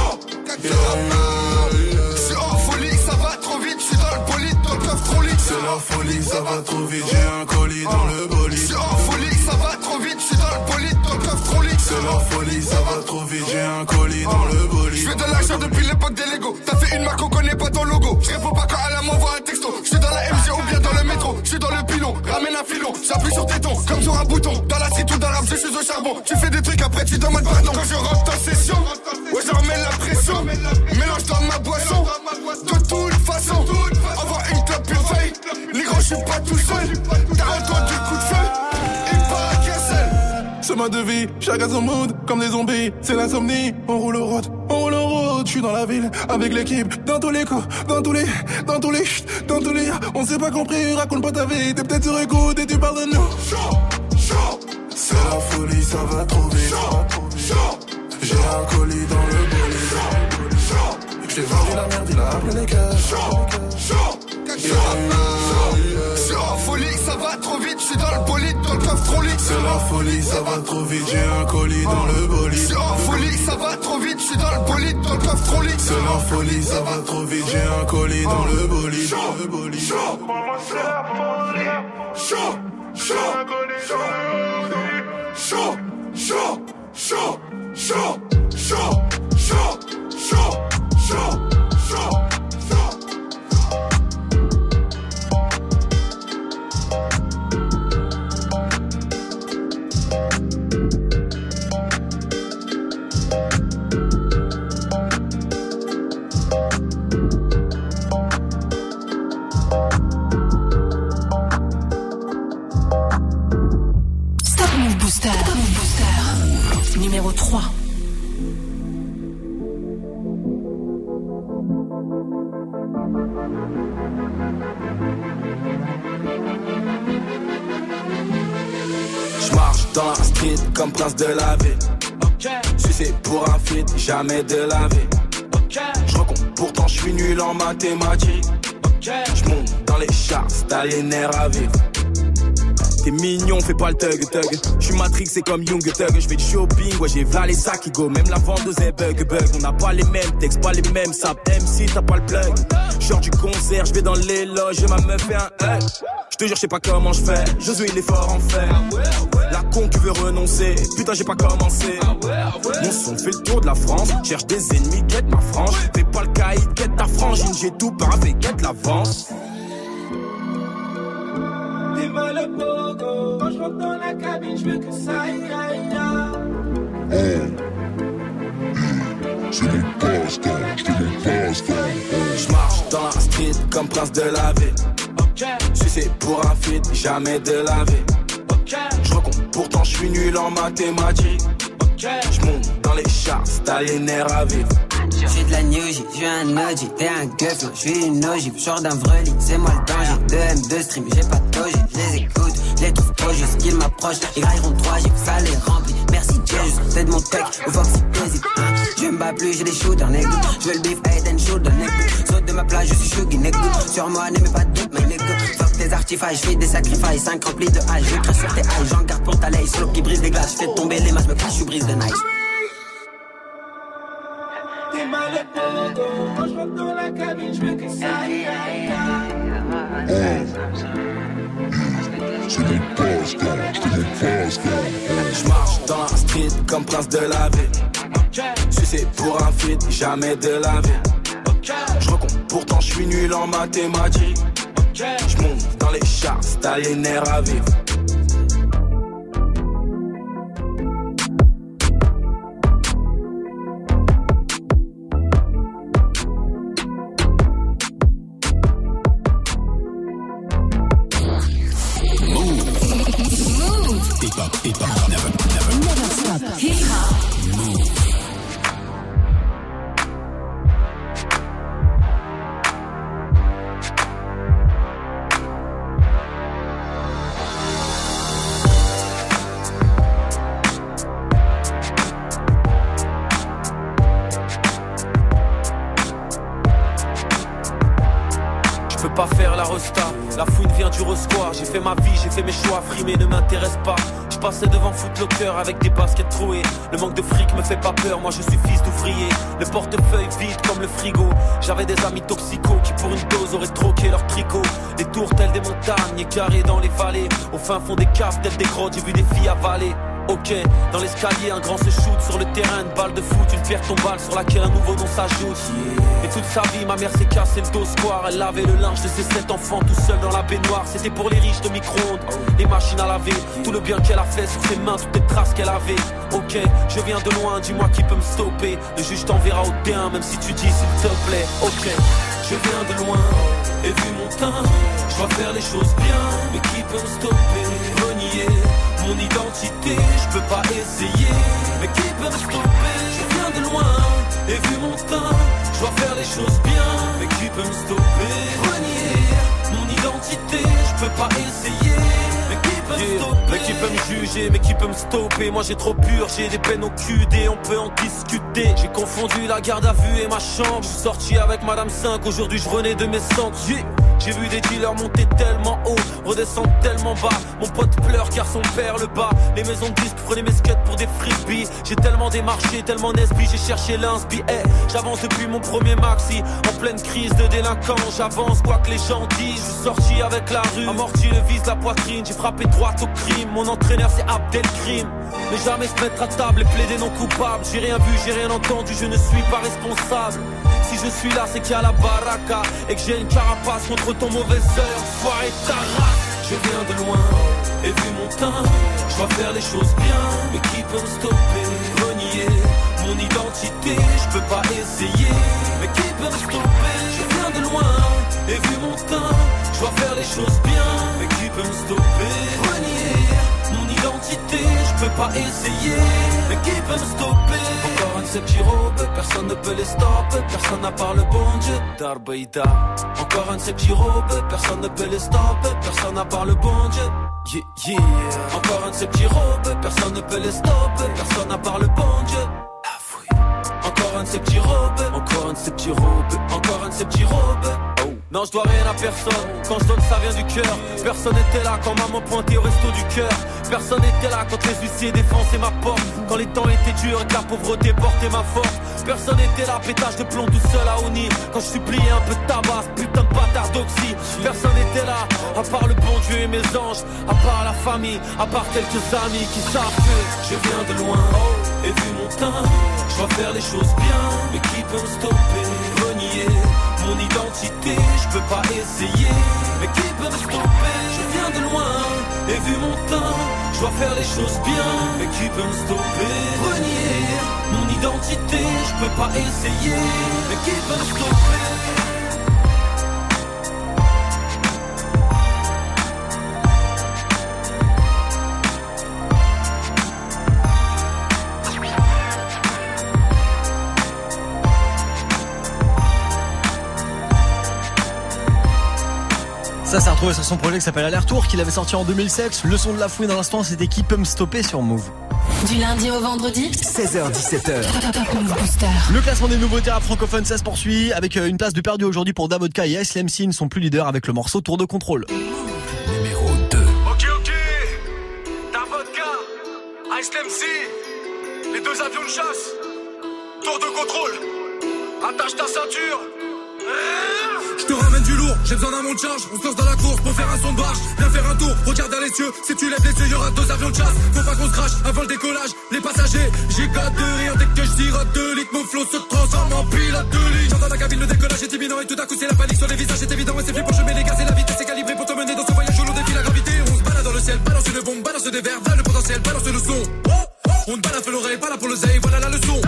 S: C'est en folie, ça va trop vite. J'suis dans le bolide, dans le coffre trop lit.
G: C'est la folie, ça va trop vite. J'ai un colis dans le bolide.
S: C'est en folie, ça va trop vite. J'suis dans le bolide, dans le coffre trop lit.
G: C'est la folie, ça va trop vite. J'ai un colis dans le bolide.
S: J'fais de l'argent depuis l'époque des Lego. T'as fait une marque, on connaît pas ton logo. J'réponds pas quand elle m'envoie un texto. J'suis dans la MG ou bien dans le métro. J'suis dans le pilon, ramène un filon. J'appuie sur tes tons, comme sur un bouton. Dans la street ou dans l'arme, je suis au charbon. Tu fais des trucs après, tu dans mode pardon. Quand je rentre en session, ouais, j'en remets la pression. Mélange dans ma boisson. De toute façon, avoir une clope une feuille. Les gros, j'suis pas tout seul. T'as entendu coup de feu. Il paraît qu'un seul.
G: Chemin de vie, chacun son mood, comme des zombies, c'est l'insomnie. On roule au road, je suis dans la ville, avec l'équipe, dans tous les coups, dans tous les, on s'est pas compris, raconte pas ta vie, t'es peut-être sur écoute et tu parles de nous. C'est la folie, ça va trop vite. J'ai un colis dans le bolide. J'ai vendu la merde, il a appelé les cash.
S: C'est en folie, ça va trop vite. J'suis dans le bolide, dans le coffre trop lit.
G: C'est la folie, ça va trop vite. J'ai un colis dans le bolide.
S: C'est en folie, ça va trop vite. J'suis dans le bolide, dans le coffre trop lit.
G: C'est la folie, ça va trop vite. J'ai un colis dans le bolide.
U: Maman c'est la folie. J'ai un colis dans le bolide.
C: Booster. Top Move Booster. Numéro 3.
D: J'marche dans la street comme prince de la ville. Sucé pour un feat, jamais de la vie. J'recompte, pourtant j'suis nul en mathématiques. J'monte dans les chars, t'as les nerfs à vivre. T'es mignon, fais pas le thug. J'suis matrixé comme Young Thug. J'fais du shopping, ouais j'ai valé ça qui go. Même la vendeuse est bug. On n'a pas les mêmes textes, pas les mêmes saps. Même si t'as pas le plug. J'sors du concert, j'vais dans les loges, ma meuf fait un hug. J'te jure, j'sais pas comment j'fais. Josué il est fort en fait. La con qui veut renoncer, putain j'ai pas commencé. Mon son fait le tour de la France. Cherche des ennemis, quête ma frange. Fais pas le caïd, quête ta frangine. J'ai tout paravé, quête l'avance.
U: T'es mal le pogo. Quand je rentre dans la cabine, je veux que ça aille.
E: C'est mon passe-temps, j'te mon passe-temps.
D: J'marche dans la street comme prince de la ville. Sucé pour un feat, jamais de la vie. J'recompte, pourtant j'suis nul en mathématiques. J'monte dans les chars, t'as les nerfs à vivre.
H: J'suis de la New J, j'suis un OG, t'es un gueuf, j'suis une ogive, j'sors d'un vrai lit, c'est moi le danger. 2M, 2 stream, j'ai pas de doge, j'les écoute, j'les trouve trop juste qu'ils m'approchent. Ils grailleront 3 G, ça les remplit. Merci Jesus, c'est de mon tech, au Foxy t'hésites. Je me bats plus, j'ai des shooters, nègre. J'veux le beef, head and shoulder, nègre. Saute de ma place, je suis chuggy, nègre. Sur moi, n'aimez pas de doute, mais nègre. Fuck tes artifices, j'fais des sacrifices, 5 remplis de hache. Je crache sur tes haches, j'en garde pour ta lay. Solo qui brise des glaces, j'fais tomber les masses, me cache, je brise de nice.
U: T'es mal le pogo. Quand je rentre dans la cabine, je veux que ça aille.
E: C'est mon passe-temps, j'te mon passe-temps.
D: J'marche dans la street comme prince de la ville. Sucé pour un feat, jamais de la vie. J'recompte, pourtant j'suis nul en mathématiques. J'monte dans les chars, t'as les nerfs à vivre.
C: Hip hop, never stop. Hip hop. Move.
I: Je peux pas faire la resta, la fouine vient du Roscoe. J'ai fait ma vie, j'ai fait mes choix, frimer ne m'intéresse pas. Je passais devant Footlocker avec des baskets trouées. Le manque de fric me fait pas peur, moi je suis fils d'ouvrier. Le portefeuille vide comme le frigo. J'avais des amis toxicos qui pour une dose auraient troqué leur tricot. Des tours telles des montagnes, carrés dans les vallées. Au fin fond des caves telles des grottes, j'ai vu des filles avaler. Ok, dans l'escalier, un grand se shoot sur le terrain, une balle de foot, une pierre tombale sur laquelle un nouveau nom s'ajoute. Et toute sa vie, ma mère s'est cassé le dos square. Elle lavait le linge de ses 7 enfants tout seul dans la baignoire. C'était pour les riches de micro-ondes, les machines à laver. Tout le bien qu'elle a fait sur ses mains, toutes les traces qu'elle avait. Ok, je viens de loin, dis-moi qui peut me stopper. Le juge t'enverra au T1, même si tu dis s'il te plaît. Ok, je viens de loin, et vu mon teint, je dois faire les choses bien. Mais qui peut me stopper, renier mon identité, je peux pas essayer. Mais qui peut me stopper? Je viens de loin, et vu mon teint, je dois faire les choses bien. Mais qui peut me stopper? Renier mon identité, je peux pas essayer. Mais qui peut me stopper? Mais qui peut me juger? Mais qui peut me stopper? Moi j'ai trop pur, j'ai des peines au QD, on peut en discuter. J'ai confondu la garde à vue et ma chambre. Je suis sorti avec Madame 5, aujourd'hui je renais de mes centres. J'ai vu des dealers monter tellement haut, redescendre tellement bas. Mon pote pleure car son père le bat. Les maisons de disques prenaient mes skates pour des frisbees. J'ai tellement démarché, tellement nesbi, j'ai cherché l'inspi. J'avance depuis mon premier maxi, en pleine crise de délinquance. J'avance quoi que les gens disent. Je suis sorti avec la rue, amorti le vise la poitrine. J'ai frappé droit au crime, mon entraîneur c'est Abdelkrim. Mais jamais se mettre à table et plaider non coupable. J'ai rien vu, j'ai rien entendu, je ne suis pas responsable. Si je suis là, c'est qu'il y a la baraka et que j'ai une carapace contre ton mauvais heure. Soirée ta race. Je viens de loin, et vu mon teint, je dois faire les choses bien. Mais qui peut me stopper? Renier mon identité, je peux pas essayer. Mais qui peut me stopper? Je viens de loin, et vu mon teint, je dois faire les choses bien. Mais qui peut me stopper? Renier mon identité, je peux pas essayer. Mais qui peut me stopper? Encore un de ces petits robes, personne ne peut les stopper. Personne à part le bon Dieu, Darbaïda. Encore un de ces petits robes, personne ne peut les stopper. Personne à part le bon Dieu. Yeah, yeah. Encore un de ces petits robes, personne ne peut les stopper. Personne à part le bon Dieu. Encore un de ces petits robes, encore un de ces petits robes, encore un de ces petits robes. Oh. Non, je dois rien à personne. Quand je donne, ça vient du cœur. Personne n'était là quand maman pointait au resto du cœur. Personne n'était là quand les huissiers défonçaient ma porte. Quand les temps étaient durs et que la pauvreté portait ma force. Personne n'était là, pétage de plomb tout seul à unir. Quand je suppliais un peu de tabac, putain de bâtard d'oxy. Personne n'était là, à part le bon Dieu et mes anges. À part la famille, à part quelques amis qui savent que je viens de loin. Et vu mon teint, je dois faire les choses bien. Mais qui peut me stopper? Renier mon identité, je peux pas essayer. Mais qui peut me stopper? Je viens de loin. Et vu mon teint, je dois faire les choses bien. Mais qui peut me stopper? Renier mon identité, je peux pas essayer. Mais qui peut me stopper?
B: Ça s'est retrouvé sur son projet qui s'appelle Aller-Retour, qu'il avait sorti en 2007. Le son de la fouine dans l'instant, c'était Qui peut me stopper sur Move.
C: Du lundi au vendredi
A: 16h-17h.
B: Le classement des nouveautés rap francophones, ça se poursuit avec une place de perdu aujourd'hui pour Davodka et Ice MC. Ils ne sont plus leaders avec le morceau Tour de contrôle.
A: Numéro 2.
F: Ok, Davodka, Ice MC, les deux avions de chasse. Tour de contrôle, attache ta ceinture.
G: Je te ramène du lourd, j'ai besoin d'un monte charge. On se lance dans la course pour faire un son de barge. Viens faire un tour, regarde dans les cieux. Si tu lèves les yeux, y'aura deux avions de chasse. Faut pas qu'on se crache avant le décollage. Les passagers, j'éclate de rire dès que je sirote 2 litres. Mon flow se transforme en pilote de ligne. J'entends la cabine, le décollage est imminent. Et tout à coup c'est la panique sur les visages, c'est évident. Et c'est flippant, je mets les gaz et la vitesse est calibrée pour te mener dans ce voyage où l'on défie la gravité. On se balade dans le ciel, balance une bombe, balance des verres. Voilà le potentiel, balance le son. On ne balafre l'oreille, pas là pour le zèle, voilà la leçon.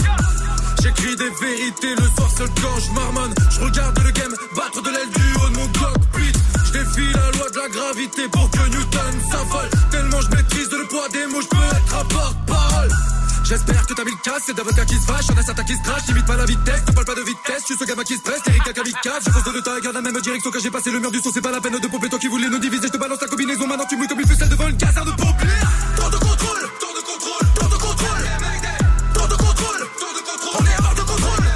G: J'écris des vérités le soir seul quand je marmonne. Je regarde le game battre de l'aile du haut de mon cockpit. Je défie la loi de la gravité pour que Newton s'affole. Tellement je maîtrise le poids des mots, je peux être un porte-parole. J'espère que t'as mis le casse, c'est Davodka qui se fâche. Y'en a certains qui se crachent, t'imites pas la vitesse. Ne parle pas de vitesse, je suis ce gamin qui se presse. Eric kamikaze, je fonce de le tas, garde la même direction quand j'ai passé le mur du son. C'est pas la peine de pomper, toi qui voulais nous diviser. Je te balance la combinaison, maintenant tu mouilles comme une ficelle devant une caserne de pompiers. Tour de contrôle, tour de contrôle, tour de contrôle. Tour de contrôle, tour de contrôle. On est à bord de contrôle.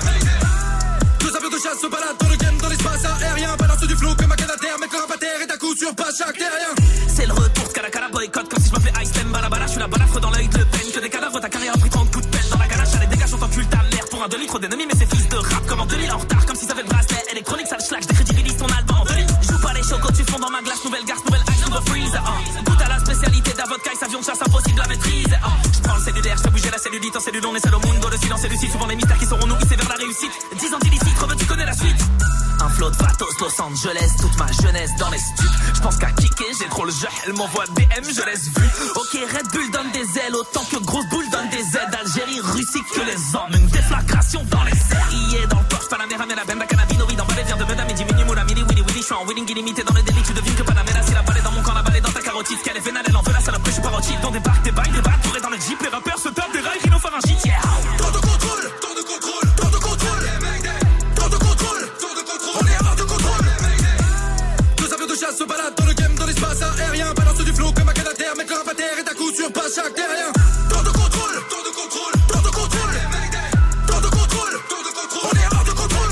G: Deux avions de chasse se baladent dans le game, dans l'espace aérien. Balance du flow comme un canadair, mettre le rap à terre et d'un coup sur pas chaque terrien.
V: C'est le retour de Cala boycott, comme si je m'appelais Ice Lem Balabala. Je suis la balafre dans l'œil de peine. Que des cadavres, ta carrière a pris 30 coups de pelle. Dans la ganache, allez dégage, on t'encule ta mère. Pour un demi-trop d'ennemis, mais c'est fils de rap. Comme en 2000 en retard, comme si ça avait le bracelet électronique, ça le schlag. J'décrédibilise ton album en 2000. Joue pas les chocos, tu fonds dans ma glace. Nouvelle garce, nouvelle ice, nouveau freeze. Goûte à la spécialité d'Avodka, Ice avion de chasse, impossible à maîtriser. J'prends le cellulaire, j'fais bouger la cellulite. En cellule, on est seul au mundo. Le silence est lucide, souvent les mystères qui seront nous hissés vers la réussite. 10 ans d'illicite, tu connais la suite. Un flot de Vatos, Los Angeles, toute ma jeunesse dans les stups. J'pense qu'à kicker, j'ai trop le jeu, elle m'envoie DM, je laisse vu. Ok, Red Bull donne des ailes, autant que Grosse Boule donne des aides. Algérie, Russie, que les hommes, une déflagration dans les airs. Dans le Porsche, Panamera, mais la benda, cannabinoïde, emballé, vient de Medam et diminue, moula, mini, willy, willy. J'suis en winning illimité dans le délit, tu devines que Panamera, c'est la balle dans mon camp, la balle dans ta carotide. Qu'elle est vénale, elle en veut la salope, je suis parotide. Dans des parcs, des bails, des battes, pourrés dans le jeep, les rappeurs se tapent des rails, rhinopharyngite, yeah.
G: Tour de contrôle, tour de contrôle, tour de contrôle. Tour de contrôle, tour de contrôle. On est à bord de contrôle. Deux avions de chasse se baladent dans le game, dans l'espace aérien. Balance du flow comme un canadair, mettre le rap à terre et d'un coup sur pas chaque terrien. Tour de contrôle, tour de contrôle, tour de contrôle. Tour de contrôle, tour de contrôle. On est à bord de contrôle.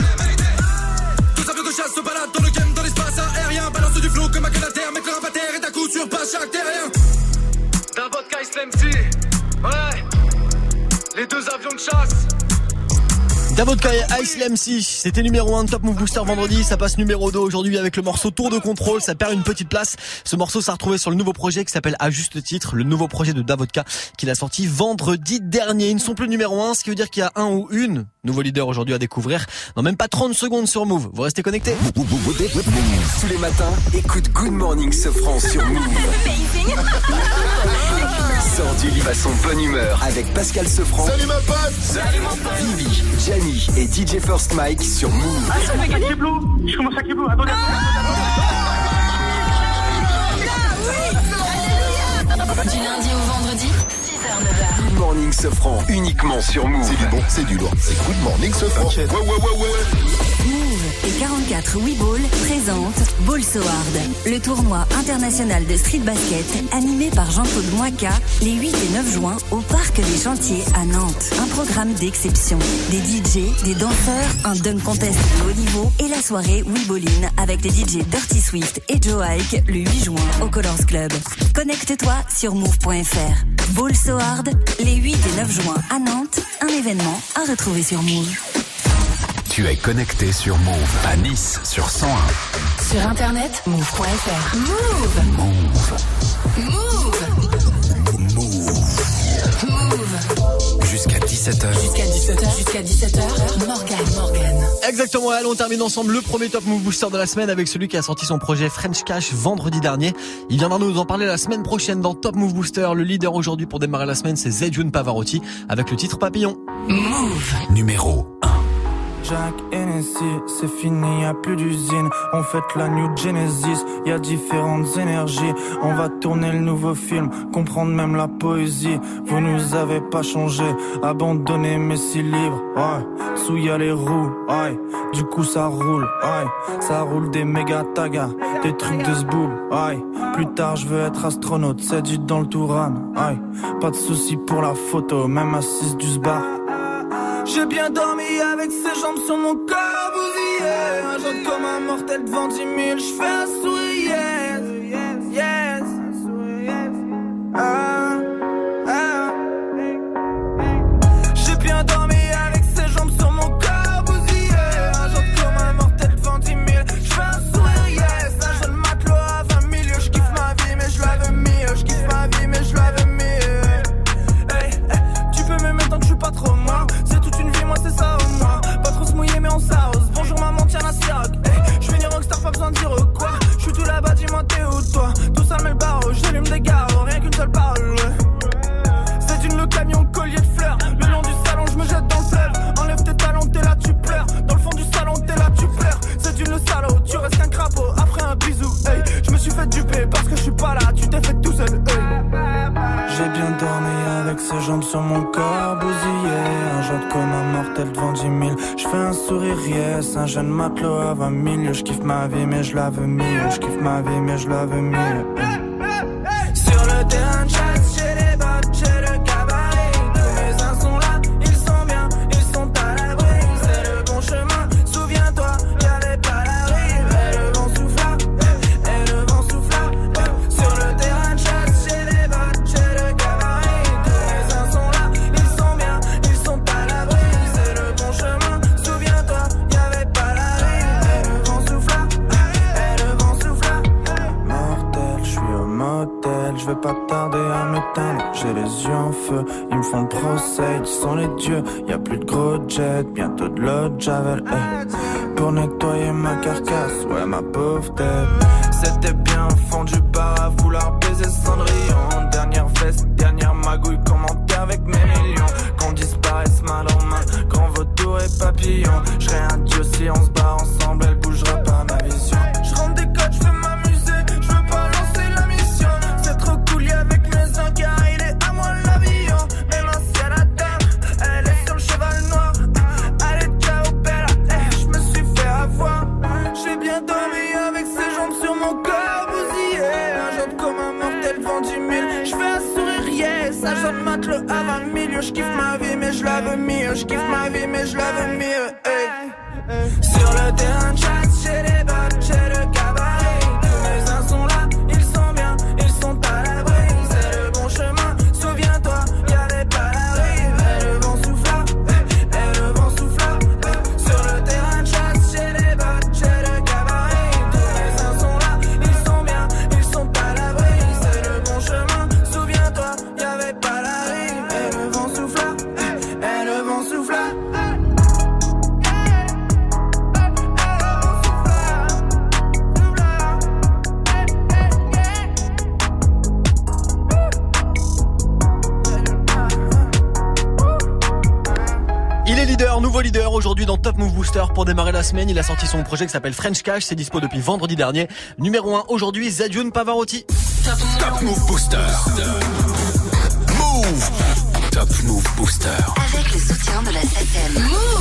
G: Deux avions de chasse se baladent dans le game, dans l'espace aérien. Balance du flow comme un canadair, mettre le rap à terre et d'un coup sur pas chaque terrien.
F: Davodka, Ice MC, ouais, les deux avions de chasse.
B: Davodka et Ice MC, c'était numéro 1 de Top Move Booster vendredi, ça passe numéro 2 aujourd'hui avec le morceau Tour de contrôle, ça perd une petite place. Ce morceau s'est retrouvé sur le nouveau projet qui s'appelle À juste titre, le nouveau projet de Davodka qu'il a sorti vendredi dernier. Ils ne sont plus numéro 1, ce qui veut dire qu'il y a un ou une nouveau leader aujourd'hui à découvrir dans même pas 30 secondes sur Move. Vous restez connectés.
A: Tous les matins, écoute Good Morning Sofran sur Move. Sors du lit à son bonne humeur avec Pascal Sofran.
E: Salut ma pote.
A: Salut mon pote. Vivi, Gianni et DJ First Mike sur Move.
J: Ah, ça fait gagner Blue. Je commence à Kibou. Attendez.
C: Du lundi au vendredi 6h
A: Good Morning Sofran, uniquement sur Move.
S: C'est du bon, c'est du lourd. C'est Good Morning Sofran.
A: Ouais.
L: Move et 44 WeBall présentent Ball So Hard, le tournoi international de street basket animé par Jean-Claude Moika les 8 et 9 juin au Parc des Chantiers à Nantes. Un programme d'exception. Des DJ, des danseurs, un dunk contest de haut niveau et la soirée WeBallin avec les DJ Dirty Swift et Joe Ike le 8 juin au Colors Club. Connecte-toi sur move.fr. Ball So Hard, les 8 et 9 juin à Nantes, un événement à retrouver sur Move.
A: Tu es connecté sur Move à Nice sur 101.
L: Sur internet, move.fr. Move.
A: Jusqu'à 17h.
L: Jusqu'à 17h. Morgane.
B: Exactement, allons, on termine ensemble le premier Top Move Booster de la semaine avec celui qui a sorti son projet French Cash vendredi dernier. Il viendra nous en parler la semaine prochaine dans Top Move Booster. Le leader aujourd'hui pour démarrer la semaine, c'est Zedjoun Pavarotti avec le titre Papillon.
L: Move.
A: Numéro 1.
N: Jack Hennessy, c'est fini, y'a plus d'usine. On fête la New Genesis, y'a différentes énergies. On va tourner le nouveau film, comprendre même la poésie. Vous nous avez pas changé, abandonné mais si libre. Ouais, sous y'a les roues, ouais. Du coup ça roule, ouais. Ça roule des méga tagas, des trucs de zboub, ouais. Plus tard je veux être astronaute, c'est dit dans le Touran, ouais. Pas de soucis pour la photo, même assise du sbar. J'ai bien dormi avec ses jambes sur mon corps bousillé. Un genre comme un mortel devant 10 000. J'fais un sourire, yes. J'ai bien dormi avec ses jambes sur mon corps bousillé. Un genre comme un mortel devant 10 000. J'fais un sourire, yes. Un jeune matelot à 20 000. J'kiffe ma vie mais je l'avais mieux. J'kiffe ma vie mais je l'avais mieux. Hey, tu peux me mettre tant que je suis pas trop moi. Moi c'est ça au moins, pas trop se mouiller mais on s'arrose. Bonjour maman tiens la Ciroc, hey, je finis rockstar pas besoin de dire quoi. Je suis tout là-bas dis-moi t'es où toi. Tout ça met le barreau, j'allume des garrots, rien qu'une seule parole. C'est une le camion collier de fleurs. Le long du salon je me jette dans le fleuve. Enlève tes talons t'es là tu pleures. Dans le fond du salon t'es là tu pleures. C'est une le salaud, tu restes qu'un crapaud. Après un bisou, hey, je me suis fait duper parce que je suis pas là, tu t'es fait tout seul, hey. J'ai bien dormi avec ses jambes sur mon corps bousillé. Un genre comme un mortel devant 10 000. J'fais un sourire, yes. Un jeune matelot à 20 000. J'kiffe ma vie mais je la veux mieux. J'kiffe ma vie mais je la veux mieux. Sur le terrain de chasse, j'ai les bottes, j'ai le cabaret. Tous mes uns sont là, ils sont bien, ils sont à l'abri. C'est le bon chemin, souviens-toi, y'avait pas la rive. Et le vent souffla, et le vent souffla. Sur le terrain de chasse, j'ai les bottes, j'ai le cabaret. Tous mes uns sont là, ils sont bien, ils sont à l'abri. C'est le bon chemin, souviens-toi, y'avait pas la rive. Et le vent souffla, et le vent souffla. Mortel, je suis au motel, je vais pas tarder à m'éteindre. J'ai les yeux en feu, ils me font le procès, ils sont les dieux. Y'a plus de gros jet, bientôt de l'eau de javel, hey. Pour nettoyer ma carcasse, ouais ma pauvre tête. C'était bien au fond du bar à vouloir baiser Cendrillon. Dernière veste, dernière magouille, commenter avec mes millions. Qu'on disparaisse mal en main, grand vautour et papillon. J'serais un dieu si on se bat ensemble, elle bougera pas ma vision. J'rentre des codes, j'veux m'amuser, j'veux pas lancer la mission. C'est trop cool, y'a avec mes uns car il est à moi l'avion. Même si à la dame, elle est sur le cheval noir. Elle est ciao bella, j'me suis fait avoir. J'ai bien dormi avec ses jambes sur mon corps bousillé. Un genre comme un mortel devant 10 000. J'fais un sourire, yes. Un jeune matelot à 20 000. J'kiffe ma vie mais je la veux mieux. J'kiffe ma vie mais je la veux mieux, hey. Sur le terrain de chasse, j'ai les bottes, j'ai le cabaret. Tous mes uns sont là, ils sont bien, ils sont à l'abri. C'est le bon chemin, souviens-toi, y'avait pas la rive. Et le vent souffla, et le vent souffla. Sur le terrain de chasse, j'ai les bottes, j'ai le cabaret. Tous mes uns sont là, ils sont bien, ils sont à l'abri. C'est le bon chemin, souviens-toi, y'avait pas la rive. Et le vent souffla, et le vent souffla.
B: Il est leader, nouveau leader aujourd'hui dans Top Move Booster pour démarrer la semaine. Il a sorti son projet qui s'appelle French Cash. C'est dispo depuis vendredi dernier. Numéro 1 aujourd'hui, Zedjoun Pavarotti.
A: Top Move Booster. Move Top Booster.
L: Avec le soutien de la SACEM.